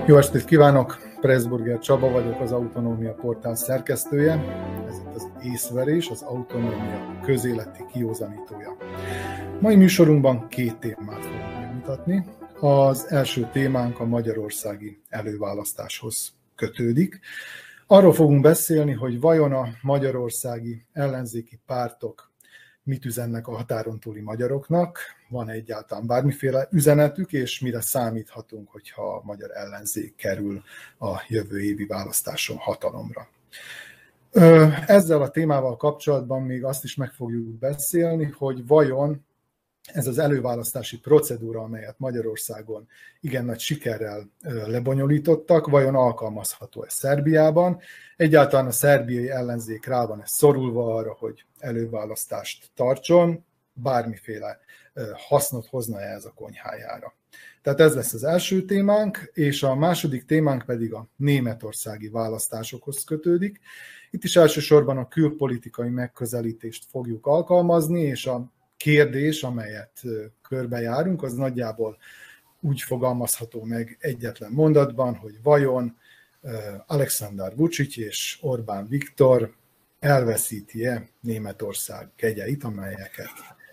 Jó estét kívánok! Pressburger Csaba vagyok, az Autonómia portál szerkesztője. Ez itt az Észverés, az Autonómia közéleti kiózanítója. Mai műsorunkban két témát fogunk megmutatni. Az első témánk a magyarországi előválasztáshoz kötődik. Arról fogunk beszélni, hogy vajon a magyarországi ellenzéki pártok mit üzennek a határon túli magyaroknak, van egyáltalán bármiféle üzenetük, és mire számíthatunk, hogyha a magyar ellenzék kerül a jövő évi választáson hatalomra. Ezzel a témával kapcsolatban még azt is meg fogjuk beszélni, hogy vajon ez az előválasztási procedúra, amelyet Magyarországon igen nagy sikerrel lebonyolítottak, vajon alkalmazható-e Szerbiában? Egyáltalán a szerbiai ellenzék rá van szorulva arra, hogy előválasztást tartson, bármiféle hasznot hozna ez a konyhájára. Tehát ez lesz az első témánk, és a második témánk pedig a németországi választásokhoz kötődik. Itt is elsősorban a külpolitikai megközelítést fogjuk alkalmazni, és a kérdés, amelyet körbejárunk, az nagyjából úgy fogalmazható meg egyetlen mondatban, hogy vajon Alexander Vučić és Orbán Viktor elveszíti-e Németország kegyeit, amelyeket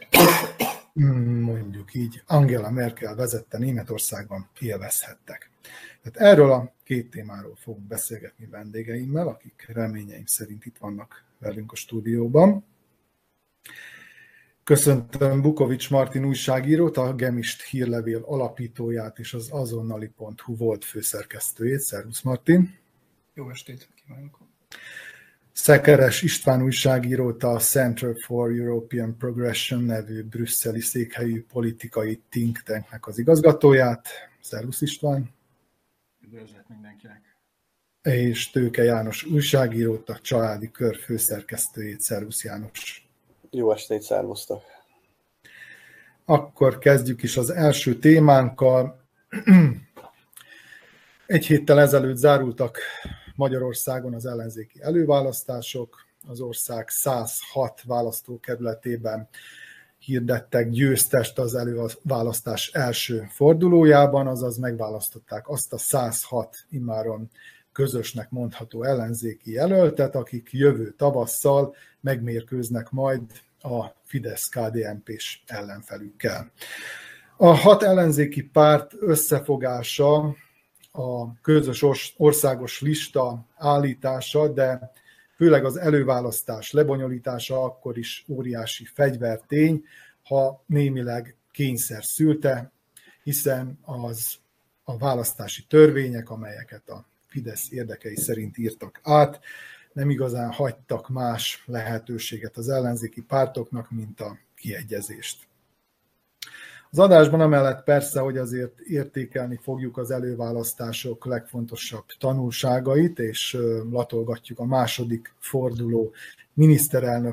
mondjuk így Angela Merkel vezette Németországban élvezhettek. Tehát erről a két témáról fogunk beszélgetni vendégeimmel, akik reményeim szerint itt vannak velünk a stúdióban. Köszöntöm Bukovics Martin újságírót, a Gemist hírlevél alapítóját és az azonnali.hu volt főszerkesztőjét. Szervusz Martin! Jó estét kívánok! Szekeres István újságírót, a Center for European Progression nevű brüsszeli székhelyű politikai think tanknek az igazgatóját. Szervusz István! Üdvözlet mindenkinek! És Tőke János újságírót, a Családi Kör főszerkesztőjét. Szervusz János! Jó estét, szervusztok! Akkor kezdjük is az első témánkkal. Egy héttel ezelőtt zárultak Magyarországon az ellenzéki előválasztások. Az ország 106 választókerületében hirdettek győztest az előválasztás első fordulójában, azaz megválasztották azt a 106 immáron közösnek mondható ellenzéki jelöltet, akik jövő tavasszal megmérkőznek majd a Fidesz-KDNP-s ellenfelükkel. A 6 ellenzéki párt összefogása, a közös országos lista állítása, de főleg az előválasztás lebonyolítása akkor is óriási fegyvertény, ha némileg kényszer szülte, hiszen az a választási törvények, amelyeket a Fidesz érdekei szerint írtak át, nem igazán hagytak más lehetőséget az ellenzéki pártoknak, mint a kiegyezést. Az adásban amellett persze, hogy azért értékelni fogjuk az előválasztások legfontosabb tanulságait, és latolgatjuk a második forduló miniszterelnök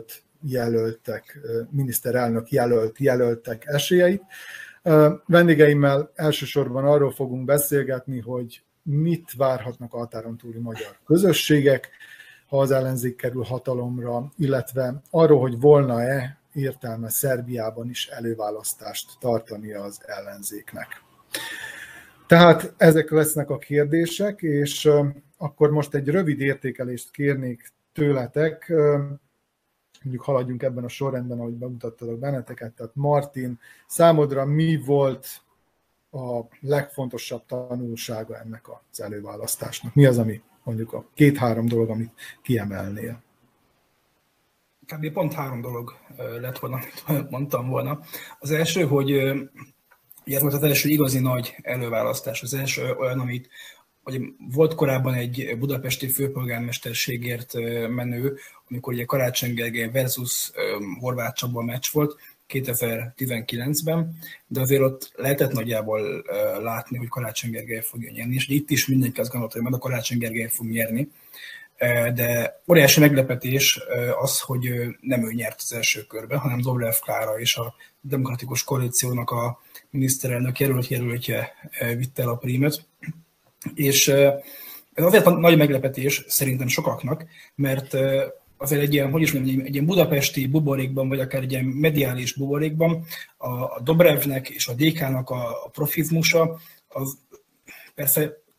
jelöltek esélyeit. Vendégeimmel elsősorban arról fogunk beszélgetni, hogy mit várhatnak a határon túli magyar közösségek, ha az ellenzék kerül hatalomra, illetve arról, hogy volna-e értelme Szerbiában is előválasztást tartania az ellenzéknek. Tehát ezek lesznek a kérdések, és akkor most egy rövid értékelést kérnék tőletek. Mondjuk haladjunk ebben a sorrendben, ahogy bemutattad benneteket. Tehát Martin, számodra mi volt a legfontosabb tanulsága ennek az előválasztásnak? Mi az, ami mondjuk a 2-3 dolog, amit kiemelnél? Kb. Pont 3 dolog lett volna, amit mondtam volna. Az első, hogy ez volt az első igazi nagy előválasztás. Az első olyan, amit hogy volt korábban egy budapesti főpolgármesterségért menő, amikor ugye Karácsony Gergely versus Horváth Csaba meccs volt 2019-ben, de azért ott lehetett nagyjából látni, hogy Karácsony Gergely fogja nyerni, és itt is mindenki azt gondolta, hogy majd a Karácsony Gergely fog nyerni. De óriási meglepetés az, hogy nem ő nyert az első körben, hanem Dobrev Klára és a Demokratikus Koalíciónak a miniszterelnök jelöltje vitte el a prímet. És ez azért nagy meglepetés szerintem sokaknak, mert azért egy ilyen, egy ilyen budapesti buborékban, vagy akár egy ilyen mediális buborékban a Dobrevnek és a DK-nak a profizmusa, az persze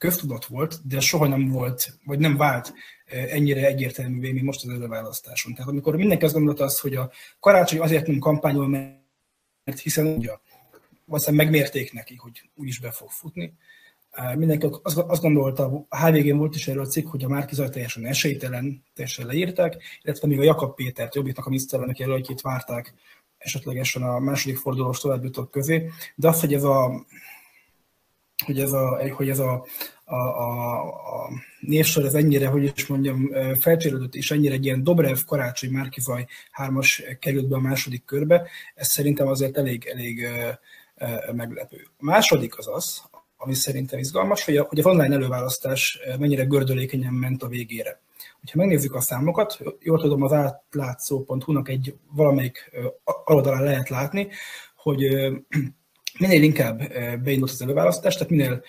köztudat volt, de soha nem volt, vagy nem vált ennyire egyértelművé, mint most az előválasztáson. Tehát amikor mindenki azt gondolta azt, hogy a Karácsony azért nem kampányol, mert hiszen ugye, valószínűleg megmérték neki, hogy úgyis be fog futni. Mindenki azt gondolta, a HVG-n volt is erről a cikk, hogy a Márki-Zay teljesen esélytelen, teljesen leírták, illetve még a Jakab Pétert, Jobbiknak a miniszterelnök jelöltjét várták esetlegesen a második fordulós továbbjutók közé, de az, hogy ez a névsor ez ennyire, hogy is mondjam, felcsérődött, és ennyire egy ilyen Dobrev, Karácsony, Márki-Zay 3-as került be a második körbe, ez szerintem azért elég meglepő. A második az, ami szerintem izgalmas, hogy az online előválasztás mennyire gördülékenyen ment a végére. Ha megnézzük a számokat, jól tudom, az átlátszó.hu-nak egy valamelyik oldalán lehet látni, hogy minél inkább beindult az előválasztás, tehát minél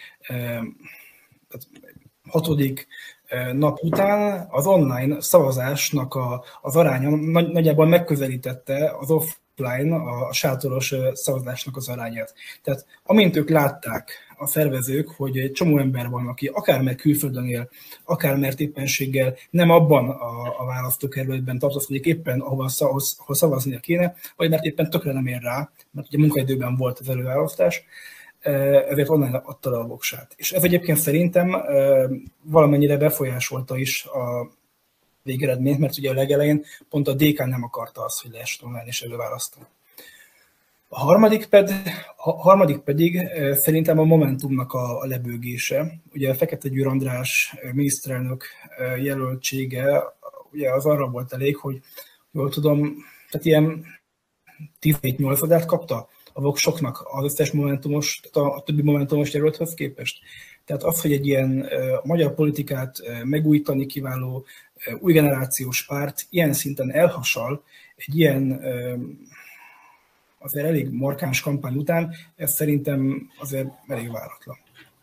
hatodik nap után az online szavazásnak az aránya nagyjából megközelítette az offline, a sátoros szavazásnak az arányát. Tehát amint ők látták, a szervezők, hogy egy csomó ember van, aki akár mert külföldön él, akár mert éppenséggel nem abban a választókerületben tartózkodik éppen, ahol szavaznia kéne, vagy mert éppen tökre nem ér rá, mert ugye munkaidőben volt az előválasztás, ezért online adta a voksát. És ez egyébként szerintem valamennyire befolyásolta is a végeredményt, mert ugye a legelején pont a DK nem akarta azt, hogy lehessen online és előválasztani. A harmadik pedig szerintem a Momentumnak a lebőgése. Ugye a Fekete Győr András miniszterelnök jelöltsége ugye az arra volt elég, hogy jól tudom, tehát ilyen 17-8-adát kapta a voksoknak az összes momentumos, tehát a többi momentumos jelölthöz képest. Tehát az, hogy egy ilyen magyar politikát megújítani kiváló új generációs párt ilyen szinten elhasal, egy ilyen azért elég markáns kampány után, ez szerintem azért elég váratlan.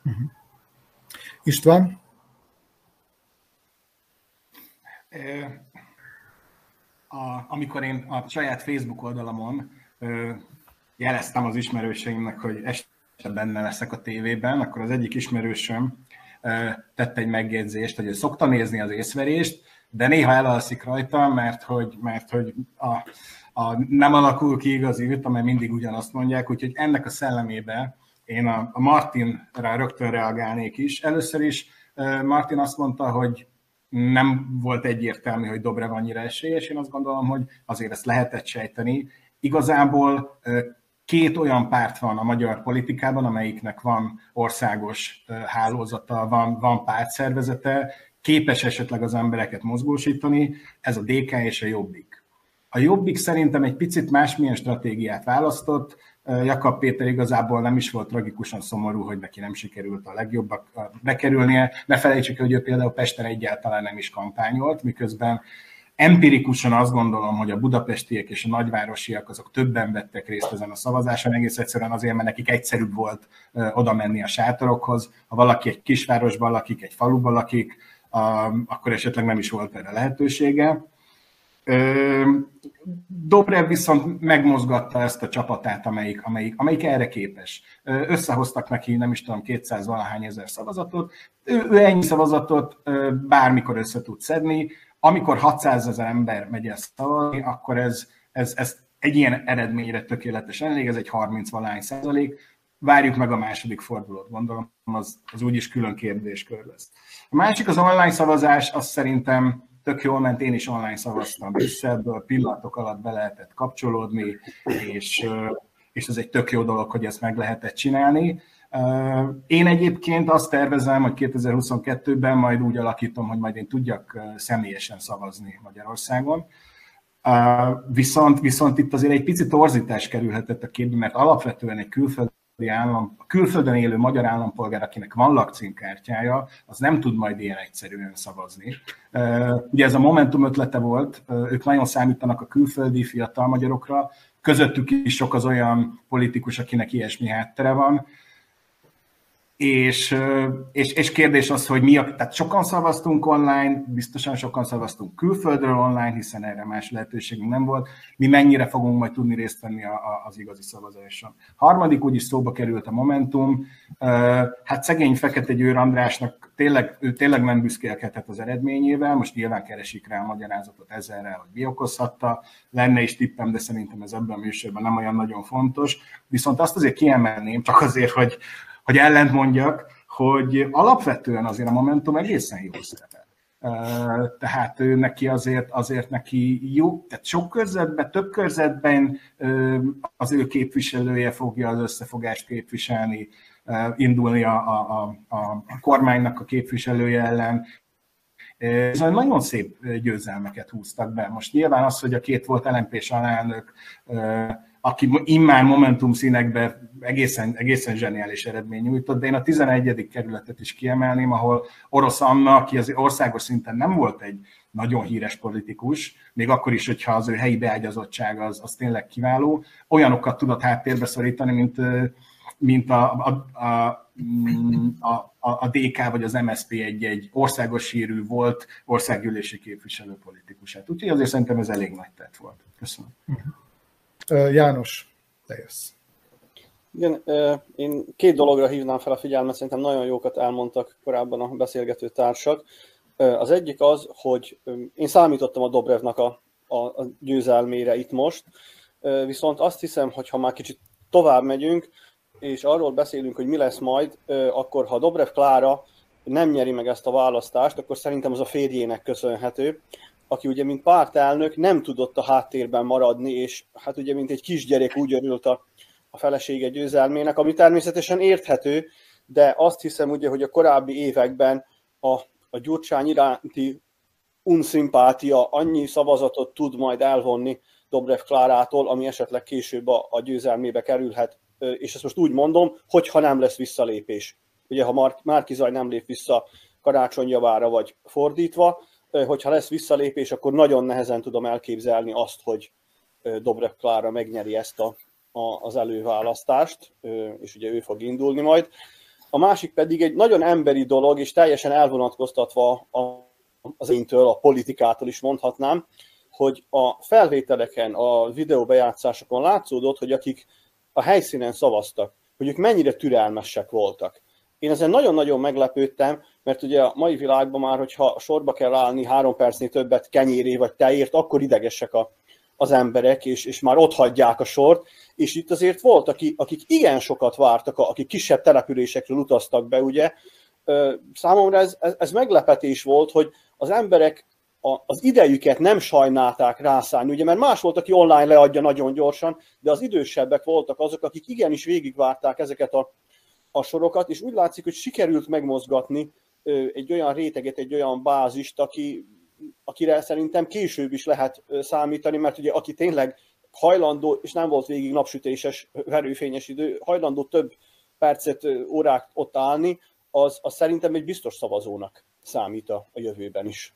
István? Amikor én a saját Facebook oldalamon jeleztem az ismerőseimnek, hogy este benne leszek a tévében, akkor az egyik ismerősöm tette egy megjegyzést, hogy ő szokta nézni az észverést, de néha elalszik rajta, mert hogy nem alakul ki igazi üt, amely mindig ugyanazt mondják, úgyhogy ennek a szellemében én a Martinra rögtön reagálnék is. Először is Martin azt mondta, hogy nem volt egyértelmű, hogy Dobrev annyira esélyes, én azt gondolom, hogy azért ezt lehetett sejteni. Igazából két olyan párt van a magyar politikában, amelyiknek van országos hálózata, van pártszervezete, képes esetleg az embereket mozgósítani, ez a DK és a Jobbik. A Jobbik szerintem egy picit másmilyen stratégiát választott, Jakab Péter igazából nem is volt tragikusan szomorú, hogy neki nem sikerült a legjobbak bekerülnie. Ne felejtsük, hogy ő például Pesten egyáltalán nem is kampányolt, miközben empirikusan azt gondolom, hogy a budapestiek és a nagyvárosiak azok többen vettek részt ezen a szavazáson, egész egyszerűen azért, mert nekik egyszerűbb volt oda menni a sátorokhoz. Ha valaki egy kisvárosban lakik, egy faluban lakik, akkor esetleg nem is volt erre lehetősége. Dobrev viszont megmozgatta ezt a csapatát, amelyik erre képes. Összehoztak neki, nem is tudom, 200 valahány ezer szavazatot. Ő ennyi szavazatot bármikor össze tud szedni. Amikor 600 000 ember megy el szavazni, akkor ez egy ilyen eredményre tökéletesen elég, ez egy 30% Várjuk meg a második fordulót, gondolom, az úgyis külön kérdéskör lesz. A másik az online szavazás, az szerintem tök jól ment, én is online szavaztam Brüsszelből, pillanatok alatt be lehetett kapcsolódni, és ez egy tök jó dolog, hogy ezt meg lehetett csinálni. Én egyébként azt tervezem, hogy 2022-ben majd úgy alakítom, hogy majd én tudjak személyesen szavazni Magyarországon. Viszont itt azért egy picit torzítás kerülhetett a képbe, mert alapvetően egy külföldön élő magyar állampolgár, akinek van lakcímkártyája, az nem tud majd ilyen egyszerűen szavazni. Ugye ez a Momentum ötlete volt, ők nagyon számítanak a külföldi fiatal magyarokra, közöttük is sok az olyan politikus, akinek ilyesmi háttere van. És kérdés az, hogy tehát sokan szavaztunk online, biztosan sokan szavaztunk külföldről online, hiszen erre más lehetőségünk nem volt. Mi mennyire fogunk majd tudni részt venni az igazi szavazáson. Harmadik, úgyis szóba került a Momentum. Hát szegény Fekete Győr Andrásnak ő tényleg nem büszkélkedhet az eredményével, most nyilván keresik rá a magyarázatot ezerrel, hogy mi okozhatta. Lenne is tippem, de szerintem ez ebben a műsorban nem olyan nagyon fontos. Viszont azt azért kiemelném, csak azért, hogy ellent mondjak, hogy alapvetően azért a Momentum egészen jó szerepel. Tehát ő neki azért neki jó, tehát sok körzetben, több körzetben az ő képviselője fogja az összefogást képviselni, indulni a kormánynak a képviselője ellen. Bizony nagyon szép győzelmeket húztak be. Most nyilván az, hogy a két volt LMP-s alelnök, aki immár Momentum színekben egészen zseniális eredmény nyújtott, de én a 11. kerületet is kiemelném, ahol Orosz Anna, aki az országos szinten nem volt egy nagyon híres politikus, még akkor is, hogyha az ő helyi beágyazottság az tényleg kiváló, olyanokat tudott háttérbe szorítani, mint a DK vagy az MSZP egy országos hírű volt országgyűlési képviselő politikusát. Úgyhogy azért szerintem ez elég nagy tett volt. Köszönöm. János, te jössz. Igen, én két dologra hívnám fel a figyelmet, szerintem nagyon jókat elmondtak korábban a beszélgető társak. Az egyik az, hogy én számítottam a Dobrevnak a győzelmére itt most, viszont azt hiszem, hogy ha már kicsit tovább megyünk, és arról beszélünk, hogy mi lesz majd, akkor ha Dobrev Klára nem nyeri meg ezt a választást, akkor szerintem az a férjének köszönhető, aki ugye mint pártelnök nem tudott a háttérben maradni, és hát ugye mint egy kisgyerek úgy örült a felesége győzelmének, ami természetesen érthető, de azt hiszem ugye, hogy a korábbi években a Gyurcsány iránti unszimpátia annyi szavazatot tud majd elvonni Dobrev Klárától, ami esetleg később a győzelmébe kerülhet, és ezt most úgy mondom, hogyha nem lesz visszalépés. Ugye, ha Márki Zaj nem lép vissza Karácsony javára, vagy fordítva, hogyha lesz visszalépés, akkor nagyon nehezen tudom elképzelni azt, hogy Dobrev Klára megnyeri ezt az előválasztást, és ugye ő fog indulni majd. A másik pedig egy nagyon emberi dolog, és teljesen elvonatkoztatva az éntől, a politikától is mondhatnám, hogy a felvételeken, a videóbejátszásokon látszódott, hogy akik a helyszínen szavaztak, hogy ők mennyire türelmesek voltak. Én ezen nagyon-nagyon meglepődtem, mert ugye a mai világban már, hogyha sorba kell állni 3 percnél többet kenyéré vagy tejért, akkor idegesek az emberek, és már ott hagyják a sort, és itt azért volt, akik igen sokat vártak, akik kisebb településekről utaztak be, ugye. Számomra ez meglepetés volt, hogy az emberek az idejüket nem sajnálták rászállni, ugye, mert más volt, aki online leadja nagyon gyorsan, de az idősebbek voltak azok, akik igenis végigvárták ezeket a sorokat, és úgy látszik, hogy sikerült megmozgatni egy olyan réteget, egy olyan bázist, akire szerintem később is lehet számítani, mert ugye aki tényleg hajlandó, és nem volt végig napsütéses, verőfényes idő, hajlandó több percet, órát ott állni, az szerintem egy biztos szavazónak számít a jövőben is.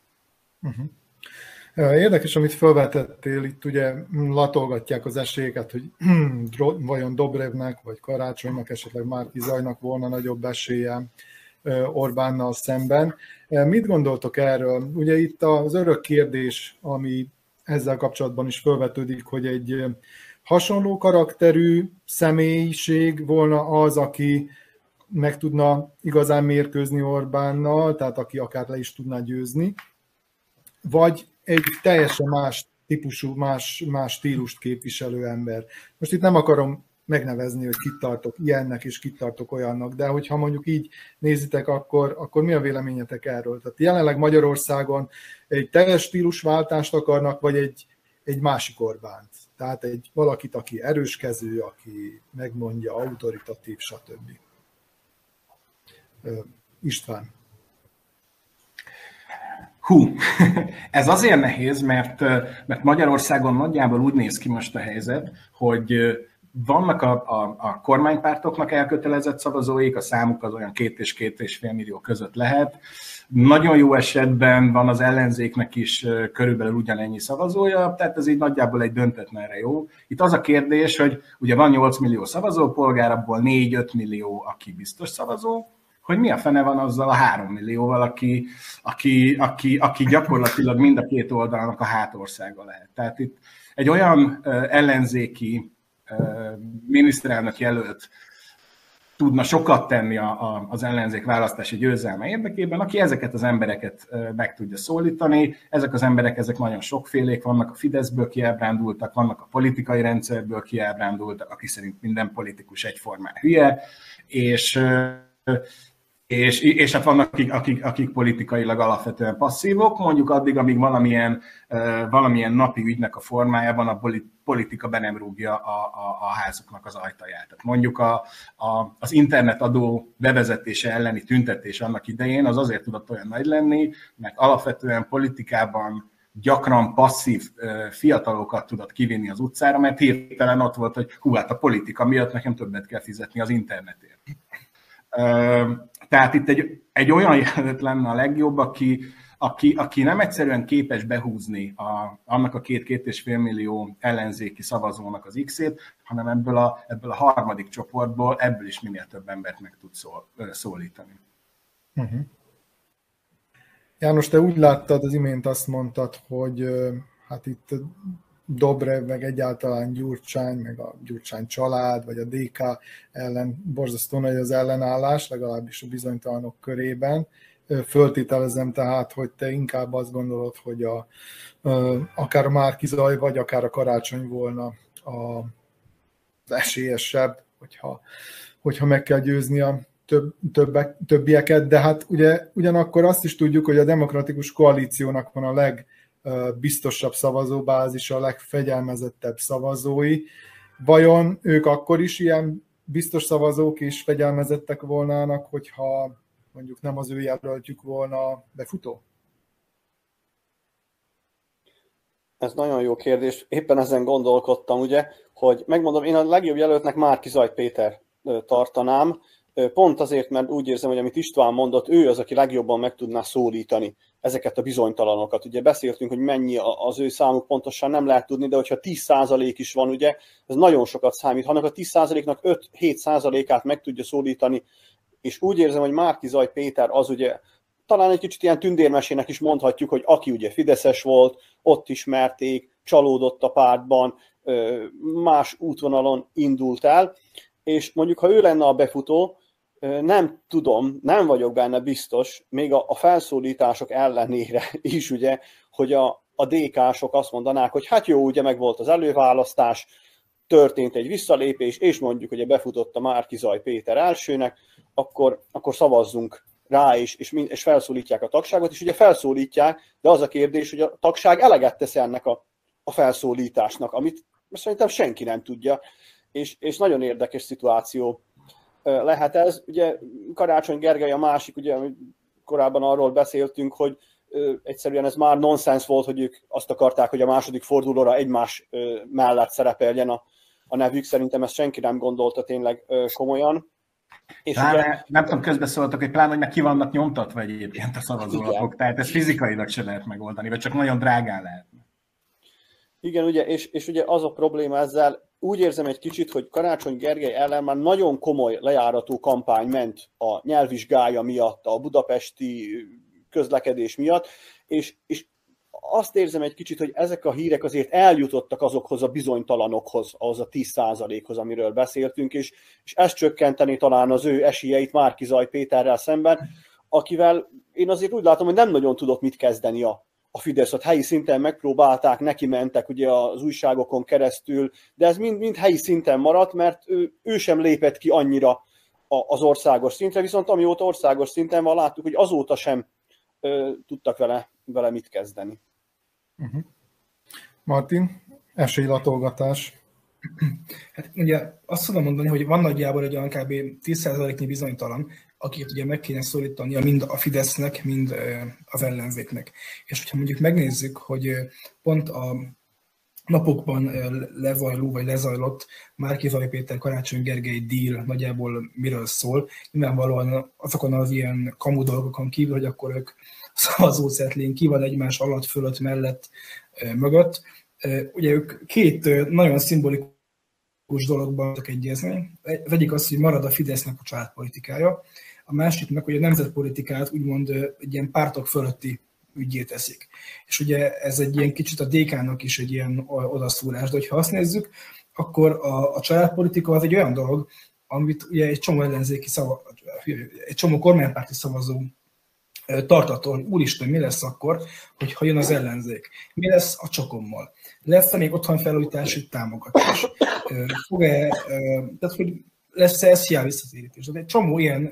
Érdekes, amit felvetettél, itt ugye latolgatják az esélyeket, hogy vajon Dobrevnek, vagy Karácsonynak, esetleg Márki Zajnak volna nagyobb esélye Orbánnal szemben. Mit gondoltok erről? Ugye itt az örök kérdés, ami ezzel kapcsolatban is felvetődik, hogy egy hasonló karakterű személyiség volna az, aki meg tudna igazán mérkőzni Orbánnal, tehát aki akár le is tudná győzni, vagy egy teljesen más típusú, más stílust képviselő ember. Most itt nem akarom megnevezni, hogy kit tartok ilyennek és kit tartok olyannak, de hogyha mondjuk így nézitek, akkor mi a véleményetek erről? Tehát jelenleg Magyarországon egy teljes stílusváltást akarnak, vagy egy másik Orbánt? Tehát valakit, aki erőskező, aki megmondja, autoritatív, stb. István. Ez azért nehéz, mert Magyarországon nagyjából úgy néz ki most a helyzet, hogy vannak a kormánypártoknak elkötelezett szavazóik, a számuk az olyan 2 és 2,5 millió között lehet. Nagyon jó esetben van az ellenzéknek is körülbelül ugyanennyi szavazója, tehát ez így nagyjából egy döntetlenre jó. Itt az a kérdés, hogy ugye van 8 millió szavazópolgár, abból 4-5 millió, aki biztos szavazó, hogy mi a fene van azzal a 3 millióval, aki gyakorlatilag mind a két oldalnak a hátországa lehet. Tehát itt egy olyan ellenzéki miniszterelnök jelölt tudna sokat tenni az ellenzék választási győzelme érdekében, aki ezeket az embereket meg tudja szólítani. Ezek az emberek, ezek nagyon sokfélék, vannak a Fideszből kiábrándultak, vannak a politikai rendszerből kiábrándultak, aki szerint minden politikus egyformán hülye, és hát vannak, akik politikailag alapvetően passzívok, mondjuk addig, amíg valamilyen napi ügynek a formájában a politika be nem rúgja a házuknak az ajtaját. Tehát mondjuk az internetadó bevezetése elleni tüntetés annak idején az azért tudott olyan nagy lenni, mert alapvetően politikában gyakran passzív fiatalokat tudott kivinni az utcára, mert hirtelen ott volt, hogy hát a politika miatt nekem többet kell fizetni az internetért. Tehát itt egy olyan jelölt lenne a legjobb, aki nem egyszerűen képes behúzni annak a 2-2,5 millió ellenzéki szavazónak az X-ét, hanem ebből a harmadik csoportból ebből is minél több embert meg tud szólítani. Uh-huh. János, te úgy láttad, az imént azt mondtad, hogy hát itt Dobrev, meg egyáltalán Gyurcsány, meg a Gyurcsány család, vagy a DK ellen borzasztó nagy az ellenállás, legalábbis a bizonytalanok körében. Föltételezem tehát, hogy te inkább azt gondolod, hogy akár a Márki-Zay, vagy akár a Karácsony volna az esélyesebb, hogyha meg kell győzni a többieket, de hát ugye ugyanakkor azt is tudjuk, hogy a demokratikus koalíciónak van a legbiztosabb szavazóbázisa, a legfegyelmezettebb szavazói. Vajon ők akkor is ilyen biztos szavazók és fegyelmezettek volnának, hogyha mondjuk nem az ő jelöltjük volna befutó? Ez nagyon jó kérdés. Éppen ezen gondolkodtam, ugye, hogy megmondom, én a legjobb jelöltnek Márki-Zay Péter tartanám, pont azért, mert úgy érzem, hogy amit István mondott, ő az, aki legjobban meg tudná szólítani ezeket a bizonytalanokat. Ugye beszéltünk, hogy mennyi az ő számuk, pontosan nem lehet tudni, de hogyha 10% is van, ugye, ez nagyon sokat számít. Ha annak a 10%-nak 5-7%-át meg tudja szólítani, és úgy érzem, hogy Márki-Zay Péter az ugye, talán egy kicsit ilyen tündérmesének is mondhatjuk, hogy aki ugye fideszes volt, ott ismerték, csalódott a pártban, más útvonalon indult el, és mondjuk, ha ő lenne a befutó, nem tudom, nem vagyok benne biztos, még a felszólítások ellenére is, ugye, hogy a DK-sok azt mondanák, hogy hát jó, ugye meg volt az előválasztás, történt egy visszalépés, és mondjuk, hogy befutott a Márki-Zay Péter elsőnek, akkor szavazzunk rá is, és felszólítják a tagságot, és ugye felszólítják, de az a kérdés, hogy a tagság eleget tesz ennek a felszólításnak, amit szerintem senki nem tudja, és nagyon érdekes szituáció lehet ez. Ugye Karácsony Gergely a másik, ugye korábban arról beszéltünk, hogy egyszerűen ez már nonsens volt, hogy ők azt akarták, hogy a második fordulóra egymás mellett szerepeljen a nevük. Szerintem ezt senki nem gondolta tényleg komolyan. És ugye, nem tudom, közbeszóltak, hogy pláne, hogy meg ki vannak nyomtatva egyébként a szavazólapok, tehát ezt fizikailag se lehet megoldani, vagy csak nagyon drágán lehetne. Igen, ugye, és ugye az a probléma ezzel, úgy érzem egy kicsit, hogy Karácsony Gergely ellen már nagyon komoly lejárató kampány ment a nyelvvizsgája miatt, a budapesti közlekedés miatt, és azt érzem egy kicsit, hogy ezek a hírek azért eljutottak azokhoz a bizonytalanokhoz, ahhoz a 10%-hoz, amiről beszéltünk, és ez csökkenteni talán az ő esélyeit Márki-Zay Péterrel szemben, akivel én azért úgy látom, hogy nem nagyon tudott mit kezdeni a Fidesz. Ott helyi szinten megpróbálták, neki mentek ugye az újságokon keresztül, de ez mind helyi szinten maradt, mert ő sem lépett ki annyira az országos szintre, viszont amióta országos szinten van, láttuk, hogy azóta sem tudtak vele mit kezdeni. Uh-huh. Martin, esélylatolgatás. Hát ugye azt tudom mondani, hogy van nagyjából egy olyan kb. 10%-nyi bizonytalan, akiket ugye meg kéne szólítania mind a Fidesznek, mind az ellenzéknek. És hogyha mondjuk megnézzük, hogy pont a napokban lezajlott Márki-Zay Péter Karácsony Gergely deal nagyjából miről szól, nyilvánvalóan azokon az ilyen kamu dolgokon kívül, hogy akkor ők szavazószetlén ki van egymás alatt, fölött, mellett, mögött. Ugye ők két nagyon szimbolikus dologban tudtak egyezni. Az egyik az, hogy marad a Fidesznek a családpolitikája, a másik meg, hogy a nemzetpolitikát úgymond egy ilyen pártok fölötti ügyé teszik. És ugye ez egy ilyen kicsit a DK-nak is egy ilyen odaszúrás, de ha azt nézzük, akkor a családpolitika az egy olyan dolog, amit ugye egy csomó egy csomó kormánypárti szavazó tartattól, hogy úristen, mi lesz akkor, hogyha jön az ellenzék? Mi lesz a csokommal? Lesz-e még otthonfelújítási támogatás? Tehát, hogy lesz-e SZIA visszatérítés? Egy csomó ilyen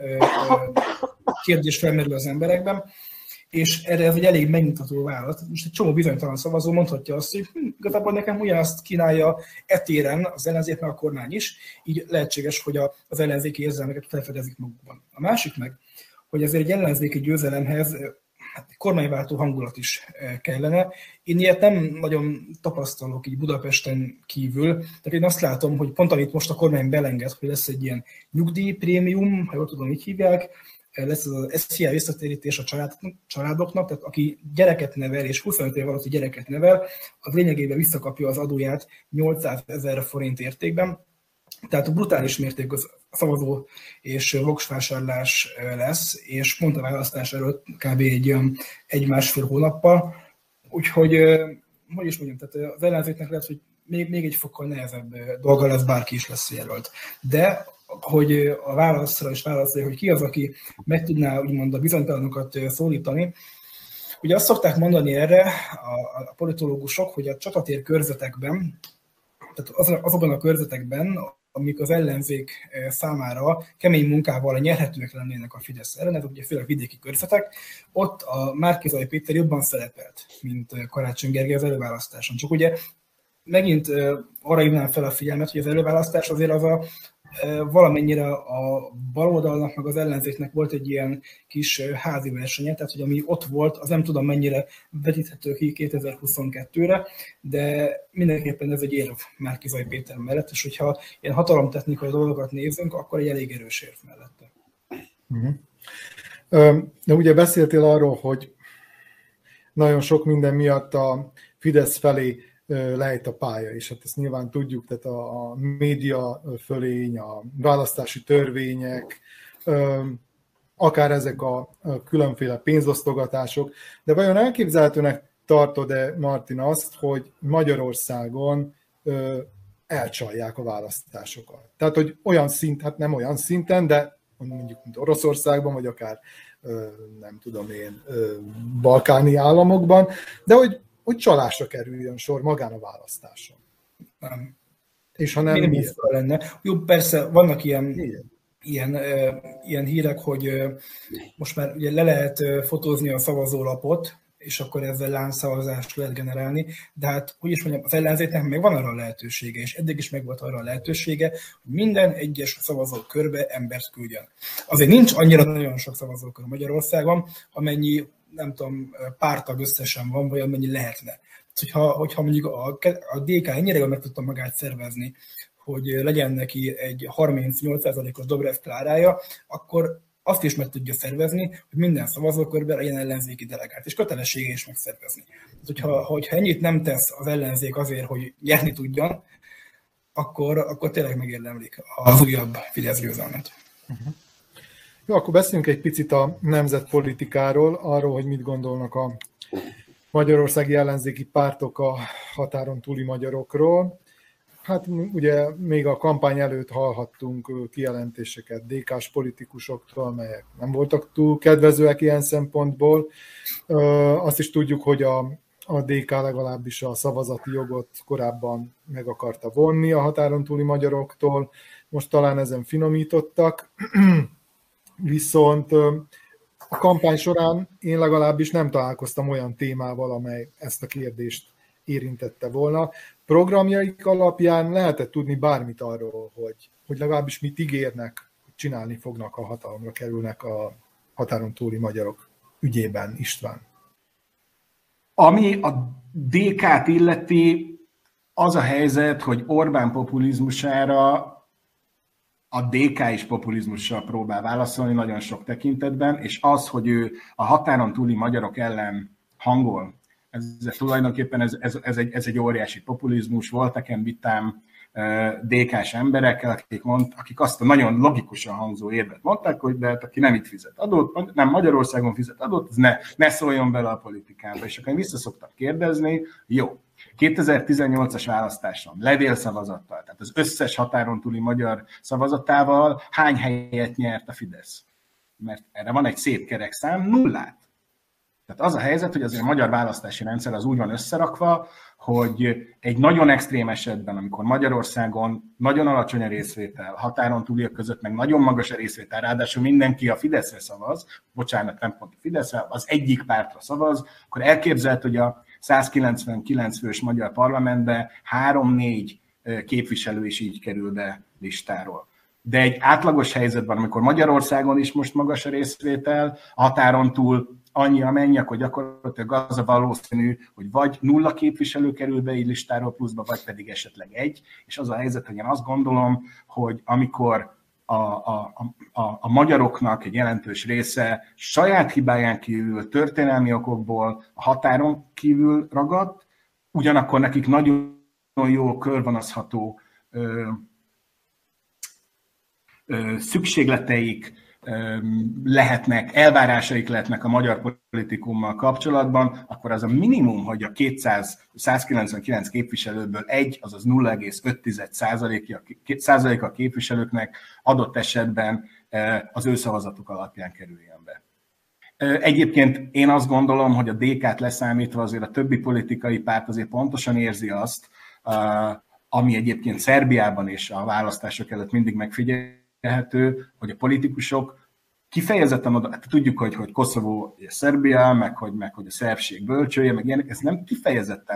kérdés felmerül az emberekben, és erre ez egy elég megmutató válasz. Most egy csomó bizonytalan szavazó mondhatja azt, hogy igazából nekem ugyanazt kínálja etéren az ellenzék, meg a kormány is, így lehetséges, hogy az ellenzéki érzelmeket felfedezik magukban. A másik meg, hogy azért egy ellenzéki győzelemhez kormányváltó hangulat is kellene. Én ilyet nem nagyon tapasztalok így Budapesten kívül, tehát én azt látom, hogy pont amit most a kormány belenged, hogy lesz egy ilyen nyugdíjprémium, ha jól tudom, így hívják, lesz az SZIA visszatérítés a családoknak, tehát aki gyereket nevel, és 25 év alatt gyereket nevel, az lényegében visszakapja az adóját 800 000 forint értékben. Tehát brutális mértékű szavazó és voksvásárlás lesz, és pont a választás előtt kb. egy-másfél hónappal. Úgyhogy, hogy is mondjam, tehát az ellenzéknek lehet, hogy még egy fokkal nehezebb dolga lesz, bárki is lesz jelölt. De hogy a válaszra is válaszolja, hogy ki az, aki meg tudná úgymond a bizonytalanokat szólítani. Ugye azt szokták mondani erre a politológusok, hogy a csatatér körzetekben, tehát azokban a körzetekben, amik az ellenzék számára kemény munkával nyerhetőek lennének a Fidesz ellen, ezek ugye főleg vidéki körzetek, ott a Márki-Zay Péter jobban szerepelt, mint Karácsony Gergely az előválasztáson. Csak ugye megint arra hívnám fel a figyelmet, hogy az előválasztás azért az valamennyire a baloldalnak, meg az ellenzéknek volt egy ilyen kis házi versenye, tehát hogy ami ott volt, az nem tudom mennyire vetíthető ki 2022-re, de mindenképpen ez egy érv Márki-Zay Péter mellett, és hogyha ilyen hatalomtechnikai dolgokat nézzünk, akkor egy elég erős érv mellette. De ugye beszéltél arról, hogy nagyon sok minden miatt a Fidesz felé lejt a pálya, és hát ezt nyilván tudjuk, tehát a média fölény, a választási törvények, akár ezek a különféle pénzosztogatások, de vajon elképzelhetőnek tartod-e, Martin, azt, hogy Magyarországon elcsalják a választásokat? Tehát, hogy olyan szint, hát nem olyan szinten, de mondjuk, mint Oroszországban, vagy akár nem tudom én, balkáni államokban, de hogy csalásra kerüljön sor magán a választáson. Nem. És ha nem, miért lenne? Jó, persze, vannak ilyen hírek, hogy most már ugye le lehet fotózni a szavazólapot, és akkor ezzel láncszavazást lehet generálni, de hát, hogy is mondjam, az ellenzéknek meg van arra a lehetősége, és eddig is meg volt arra a lehetősége, hogy minden egyes szavazókörbe embert küldjön. Azért nincs annyira nagyon sok szavazókör Magyarországon, amennyi, nem tudom, pártag összesen van, vagy amennyi lehetne. Hogyha mondjuk a DK ennyire jól meg tudta magát szervezni, hogy legyen neki egy 38%-os Dobrev Klárája, akkor azt is meg tudja szervezni, hogy minden szavazókörben legyen ellenzéki delegált, és kötelessége is megszervezni. Hogyha ennyit nem tesz az ellenzék azért, hogy nyerni tudjon, akkor tényleg megérdemlik az újabb Fidesz győzelmet. Jó, akkor beszéljünk egy picit a nemzetpolitikáról, arról, hogy mit gondolnak a magyarországi ellenzéki pártok a határon túli magyarokról. Hát ugye még a kampány előtt hallhattunk kijelentéseket DK-s politikusoktól, melyek nem voltak túl kedvezőek ilyen szempontból. Azt is tudjuk, hogy a DK legalábbis a szavazati jogot korábban meg akarta vonni a határon túli magyaroktól, most talán ezen finomítottak, viszont a kampány során én legalábbis nem találkoztam olyan témával, amely ezt a kérdést érintette volna. Programjaik alapján lehetett tudni bármit arról, hogy legalábbis mit ígérnek, hogy csinálni fognak, ha hatalomra kerülnek a határon túli magyarok ügyében, István. Ami a DK-t illeti, az a helyzet, hogy Orbán populizmusára a DK is populizmussal próbál válaszolni nagyon sok tekintetben, és az, hogy ő a határon túli magyarok ellen hangol, tulajdonképpen ez egy óriási populizmus. Volt nekem vitám DK-s emberekkel, akik azt a nagyon logikusan hangzó érvet mondták, hogy de hát aki nem itt fizet adót, nem Magyarországon fizet adót, az ne szóljon bele a politikába. És akkor vissza szoktak kérdezni, jó, 2018-as választáson levélszavazattal, tehát az összes határon túli magyar szavazatával hány helyet nyert a Fidesz? Mert erre van egy szép kerek szám, 0. Tehát az a helyzet, hogy azért a magyar választási rendszer az úgy van összerakva, hogy egy nagyon extrém esetben, amikor Magyarországon nagyon alacsony a részvétel, határon túliak között meg nagyon magas a részvétel, ráadásul mindenki a Fideszre szavaz, bocsánat, nem pont a Fideszre, az egyik pártra szavaz, akkor elképzelhető, hogy a 199 fős magyar parlamentbe 3-4 képviselő is így kerül be listáról. De egy átlagos helyzetben, amikor Magyarországon is most magas a részvétel, a határon túl annyi amennyi, akkor gyakorlatilag az a valószínű, hogy vagy 0 képviselő kerül be egy listáról pluszba, vagy pedig esetleg 1, és az a helyzet, hogy én azt gondolom, hogy amikor a magyaroknak egy jelentős része saját hibáján kívül, történelmi okokból a határon kívül ragadt, ugyanakkor nekik nagyon jó körvonalazható szükségleteik lehetnek, elvárásaik lehetnek a magyar politikummal kapcsolatban, akkor az a minimum, hogy a 199 képviselőből egy, azaz 0,5% a képviselőknek adott esetben az ő szavazatuk alapján kerüljen be. Egyébként én azt gondolom, hogy a DK-t leszámítva azért a többi politikai párt azért pontosan érzi azt, ami egyébként Szerbiában és a választások előtt mindig megfigyelhető, hogy a politikusok kifejezetten oda, hát tudjuk, hogy Koszovó és Szerbia, meg hogy a szerbség bölcsője, meg ilyenek, ez nem kifejezetten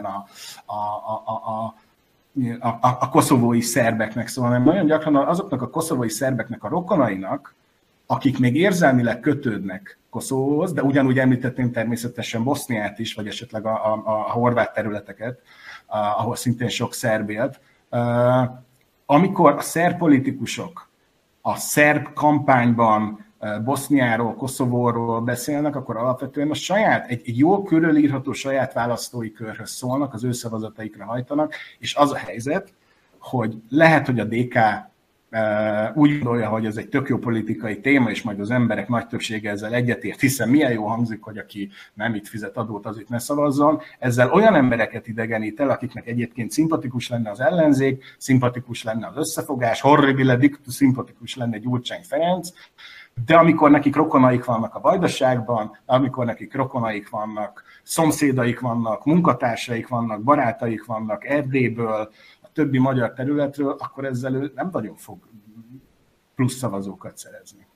a koszovói szerbeknek szól, hanem nagyon gyakran azoknak a koszovói szerbeknek, a rokonainak, akik még érzelmileg kötődnek Koszovóhoz, de ugyanúgy említettem természetesen Boszniát is, vagy esetleg a horvát területeket, ahol szintén sok szerb élt. Amikor a szerb politikusok a szerb kampányban Boszniáról, Koszovóról beszélnek, akkor alapvetően a saját, egy jól körülírható saját választói körhöz szólnak, az ő szavazataikra hajtanak, és az a helyzet, hogy lehet, hogy a DK úgy gondolja, hogy ez egy tök jó politikai téma, és majd az emberek nagy többsége ezzel egyetért, hiszen milyen jó hangzik, hogy aki nem itt fizet adót, az itt ne szavazzon. Ezzel olyan embereket idegenít el, akiknek egyébként szimpatikus lenne az ellenzék, szimpatikus lenne az összefogás, horribile dictu, szimpatikus lenne Gyurcsány Ferenc, de amikor nekik rokonaik vannak a Vajdaságban, amikor nekik rokonaik vannak, szomszédaik vannak, munkatársaik vannak, barátaik vannak Erdélyből, többi magyar területről, akkor ezzel ő nem nagyon fog plusz szavazókat szerezni.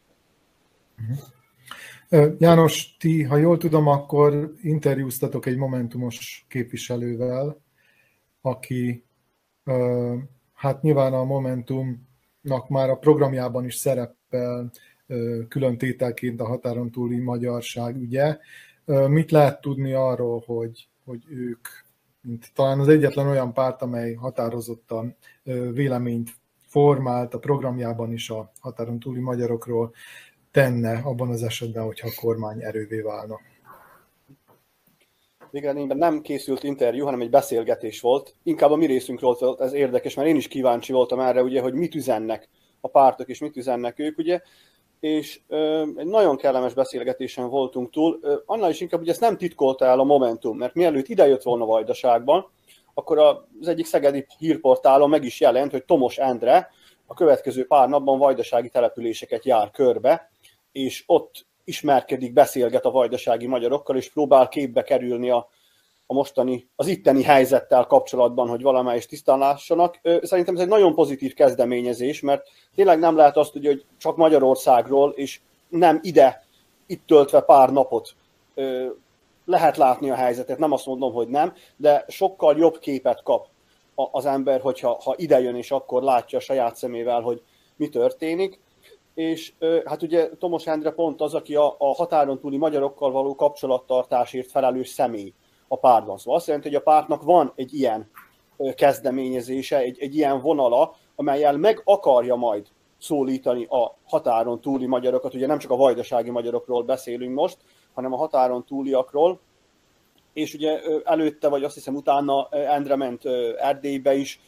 János, ti, ha jól tudom, akkor interjúztatok egy momentumos képviselővel, aki hát nyilván a Momentumnak már a programjában is szerepel külön tételként a határon túli magyarság ügye. Mit lehet tudni arról, hogy ők, mint talán az egyetlen olyan párt, amely határozottan véleményt formált a programjában is a határon túli magyarokról, tenne abban az esetben, hogyha a kormány erővé válna? Végeredményben nem készült interjú, hanem egy beszélgetés volt. Inkább a mi részünkről volt ez érdekes, mert én is kíváncsi voltam erre, ugye, hogy mit üzennek a pártok, és mit üzennek ők, ugye. És egy nagyon kellemes beszélgetésen voltunk túl. Annál is inkább, hogy ezt nem titkolta el a Momentum, mert mielőtt idejött volna Vajdaságban, akkor az egyik szegedi hírportálon meg is jelent, hogy Tomos Endre a következő pár napban vajdasági településeket jár körbe, és ott ismerkedik, beszélget a vajdasági magyarokkal, és próbál képbe kerülni az itteni helyzettel kapcsolatban, hogy valamelyest tisztán lássanak. Szerintem ez egy nagyon pozitív kezdeményezés, mert tényleg nem lehet azt, hogy csak Magyarországról, és nem itt töltve pár napot lehet látni a helyzetet, nem azt mondom, hogy nem, de sokkal jobb képet kap az ember, hogyha ide jön, és akkor látja a saját szemével, hogy mi történik. És hát ugye Tomos Endre pont az, aki a határon túli magyarokkal való kapcsolattartásért felelős személy a pártban. Szóval azt jelenti, hogy a pártnak van egy ilyen kezdeményezése, egy ilyen vonala, amellyel meg akarja majd szólítani a határon túli magyarokat. Ugye nem csak a vajdasági magyarokról beszélünk most, hanem a határon túliakról. És ugye előtte, vagy azt hiszem utána Endre ment Erdélybe is,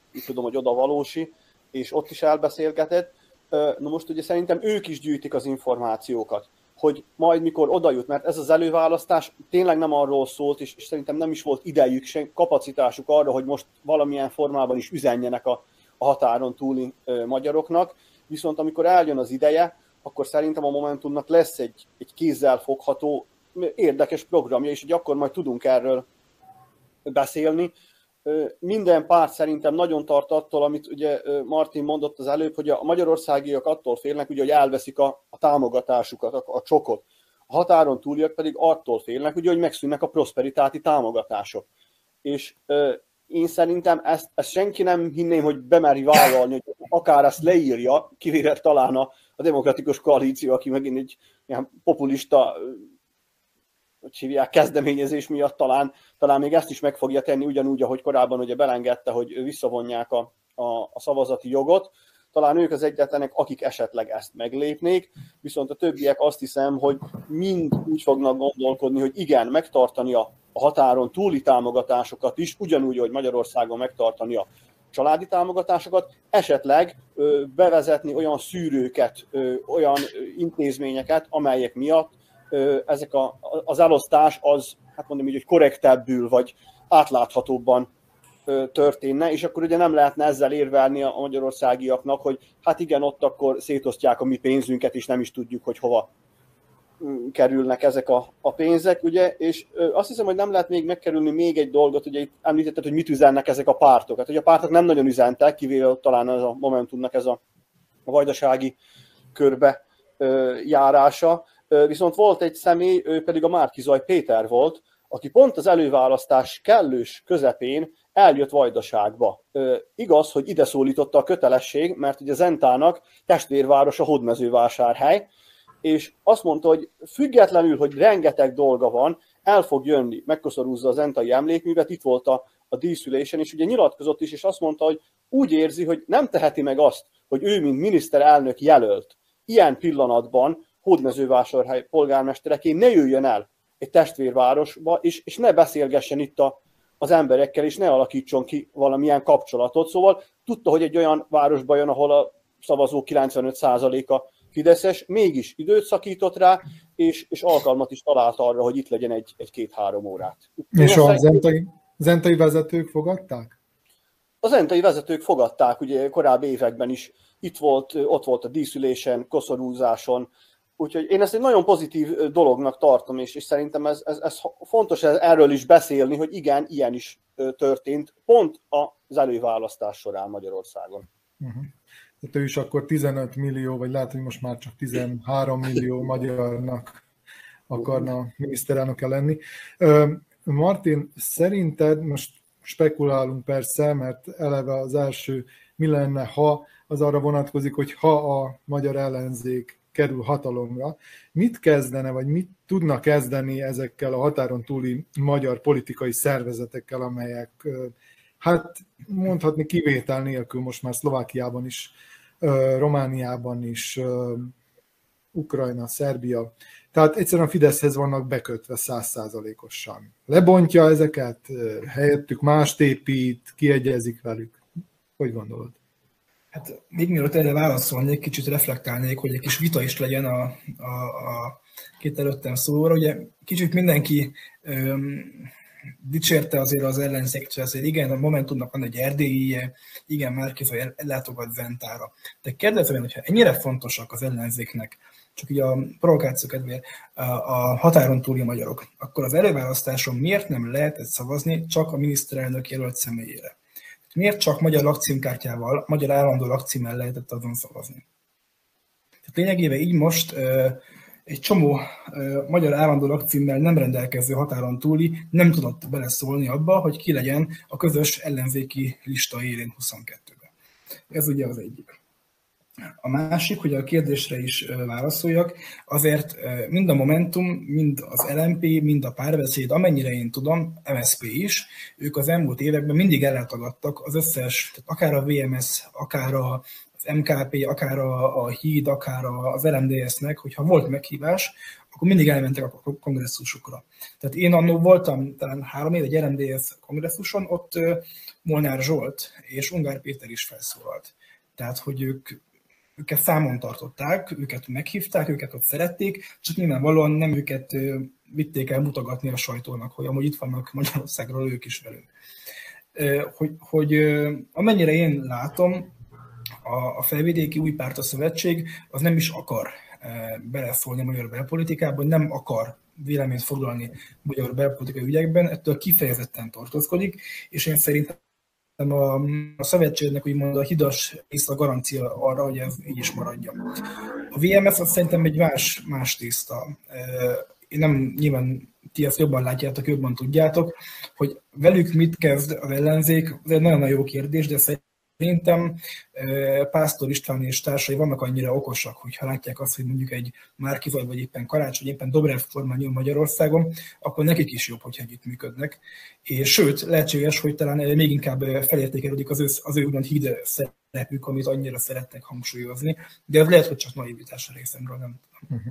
tudom, hogy oda valósi, és ott is elbeszélgetett. Na most ugye szerintem ők is gyűjtik az információkat, hogy majd mikor oda jut, mert ez az előválasztás tényleg nem arról szólt, és szerintem nem is volt idejük, sem kapacitásuk arra, hogy most valamilyen formában is üzenjenek a határon túli magyaroknak, viszont amikor eljön az ideje, akkor szerintem a Momentumnak lesz egy kézzel fogható, érdekes programja, és hogy akkor majd tudunk erről beszélni. Minden párt szerintem nagyon tart attól, amit ugye Martin mondott az előbb, hogy a magyarországiak attól félnek, ugye, hogy elveszik a támogatásukat, a csokot. A határon túliak pedig attól félnek, ugye, hogy megszűnnek a prosperitáti támogatások. És én szerintem ezt senki nem hinném, hogy bemeri vállalni, hogy akár ezt leírja, kivéve talán a demokratikus koalíció, aki megint egy ilyen populista, hogy hívják, kezdeményezés miatt talán még ezt is meg fogja tenni, ugyanúgy, ahogy korábban ugye belengedte, hogy visszavonják a szavazati jogot. Talán ők az egyetlenek, akik esetleg ezt meglépnék, viszont a többiek azt hiszem, hogy mind úgy fognak gondolkodni, hogy igen, megtartani a határon túli támogatásokat is, ugyanúgy, hogy Magyarországon megtartani a családi támogatásokat, esetleg bevezetni olyan szűrőket, olyan intézményeket, amelyek miatt ezek az elosztás az, hát mondom így, hogy korrektebbül vagy átláthatóbban történne, és akkor ugye nem lehetne ezzel érvelni a magyarországiaknak, hogy hát igen, ott akkor szétosztják a mi pénzünket, és nem is tudjuk, hogy hova kerülnek ezek a pénzek, ugye, és azt hiszem, hogy nem lehet még megkerülni még egy dolgot, ugye itt említetted, hogy mit üzennek ezek a pártok. Hát, hogy a pártok nem nagyon üzentek, kivéve talán ez a Momentumnak ez a vajdasági körbe járása, viszont volt egy személy, ő pedig a Márki-Zay Péter volt, aki pont az előválasztás kellős közepén eljött Vajdaságba. Igaz, hogy ide szólította a kötelesség, mert ugye Zentának testvérváros a Hódmezővásárhely, és azt mondta, hogy függetlenül, hogy rengeteg dolga van, el fog jönni, megkoszorúzza a zentai emlékművet, itt volt a díszülésen, és ugye nyilatkozott is, és azt mondta, hogy úgy érzi, hogy nem teheti meg azt, hogy ő, mint miniszterelnök jelölt, ilyen pillanatban Hódmezővásárhely polgármestereként ne jöjjön el egy testvérvárosba, és ne beszélgessen itt az emberekkel, és ne alakítson ki valamilyen kapcsolatot. Szóval tudta, hogy egy olyan városba jön, ahol a szavazók 95%-a fideszes, mégis időt szakított rá, és alkalmat is talált arra, hogy itt legyen egy 2-3 órát. És a zentai vezetők fogadták? A zentai vezetők fogadták, ugye korábbi években is ott volt a díszülésen, koszorúzáson, úgyhogy én ezt egy nagyon pozitív dolognak tartom, és szerintem ez fontos erről is beszélni, hogy igen, ilyen is történt, pont az előválasztás során Magyarországon. Uh-huh. Tehát ő is akkor 15 millió, vagy lehet, hogy most már csak 13 millió magyarnak akarna miniszterelnöke lenni. Martin, szerinted, most spekulálunk persze, mert eleve az első mi lenne, ha az arra vonatkozik, hogy ha a magyar ellenzék kerül hatalomra, mit kezdene, vagy mit tudna kezdeni ezekkel a határon túli magyar politikai szervezetekkel, amelyek, hát mondhatni kivétel nélkül most már Szlovákiában is, Romániában is, Ukrajna, Szerbia. Tehát egyszerűen a Fideszhez vannak bekötve 100%-osan. Lebontja ezeket, helyettük mást épít, kiegyezik velük. Hogy gondolod? Hát még mielőtt erre válaszolnék, kicsit reflektálnék, hogy egy kis vita is legyen a két előttem szólóra. Ugye kicsit mindenki dicsérte azért az ellenzéket, hogy azért igen, a Momentumnak van egy erdélye, igen, Márki-Zay ellátogat Zentára. De kérdezem, hogyha ennyire fontosak az ellenzéknek, csak így a provokáció kedvéért a határon túli magyarok, akkor az előválasztáson miért nem lehet szavazni csak a miniszterelnök jelölt személyére? Miért csak magyar lakcímkártyával, magyar állandó lakcímmel lehetett azon szavazni? Tehát lényegében így most egy csomó magyar állandó lakcímmel nem rendelkező határon túli nem tudott beleszólni abba, hogy ki legyen a közös ellenzéki lista élén 22-ben. Ez ugye az egyik. A másik, hogy a kérdésre is válaszoljak, azért mind a Momentum, mind az LMP, mind a Párbeszéd, amennyire én tudom, MSZP is, ők az elmúlt években mindig ellátogattak az összes, tehát akár a VMS, akár az MKP, akár a Híd, akár az RMDS-nek, hogyha volt meghívás, akkor mindig elmentek a kongresszusokra. Tehát én annól voltam talán 3 év egy RMDS kongresszuson, ott Molnár Zsolt és Ungár Péter is felszólalt. Tehát, hogy őket számon tartották, őket meghívták, őket ott szerették, csak nyilvánvalóan nem őket vitték el mutogatni a sajtónak, hogy amúgy itt vannak Magyarországról ők is velünk. Hogy amennyire én látom, a Felvidéki Új Párt, a szövetség az nem is akar beleszólni a magyar belpolitikába, nem akar véleményt foglalni magyar belpolitikai ügyekben, ettől kifejezetten tartózkodik, és én szerintem a szövetségnek úgymond a hidas rész a garancia arra, hogy ez így is maradjon. A VMS az szerintem egy más tészta. Én nem, nyilván ti ezt jobban látjátok, jobban tudjátok, hogy velük mit kezd az ellenzék, ez egy nagyon-nagyon jó kérdés, de szerintem Pásztor István és társai vannak annyira okosak, hogyha látják azt, hogy mondjuk egy Márki-Zay vagy éppen Karácsony, éppen Dobrev kormány jön Magyarországon, akkor nekik is jobb, hogyha együttműködnek. És sőt, lehetséges, hogy talán még inkább felértékelődik az ő úgymond híd szerepük, amit annyira szeretnek hangsúlyozni, de ez lehet, hogy csak naivitás a részemről, nem tudom.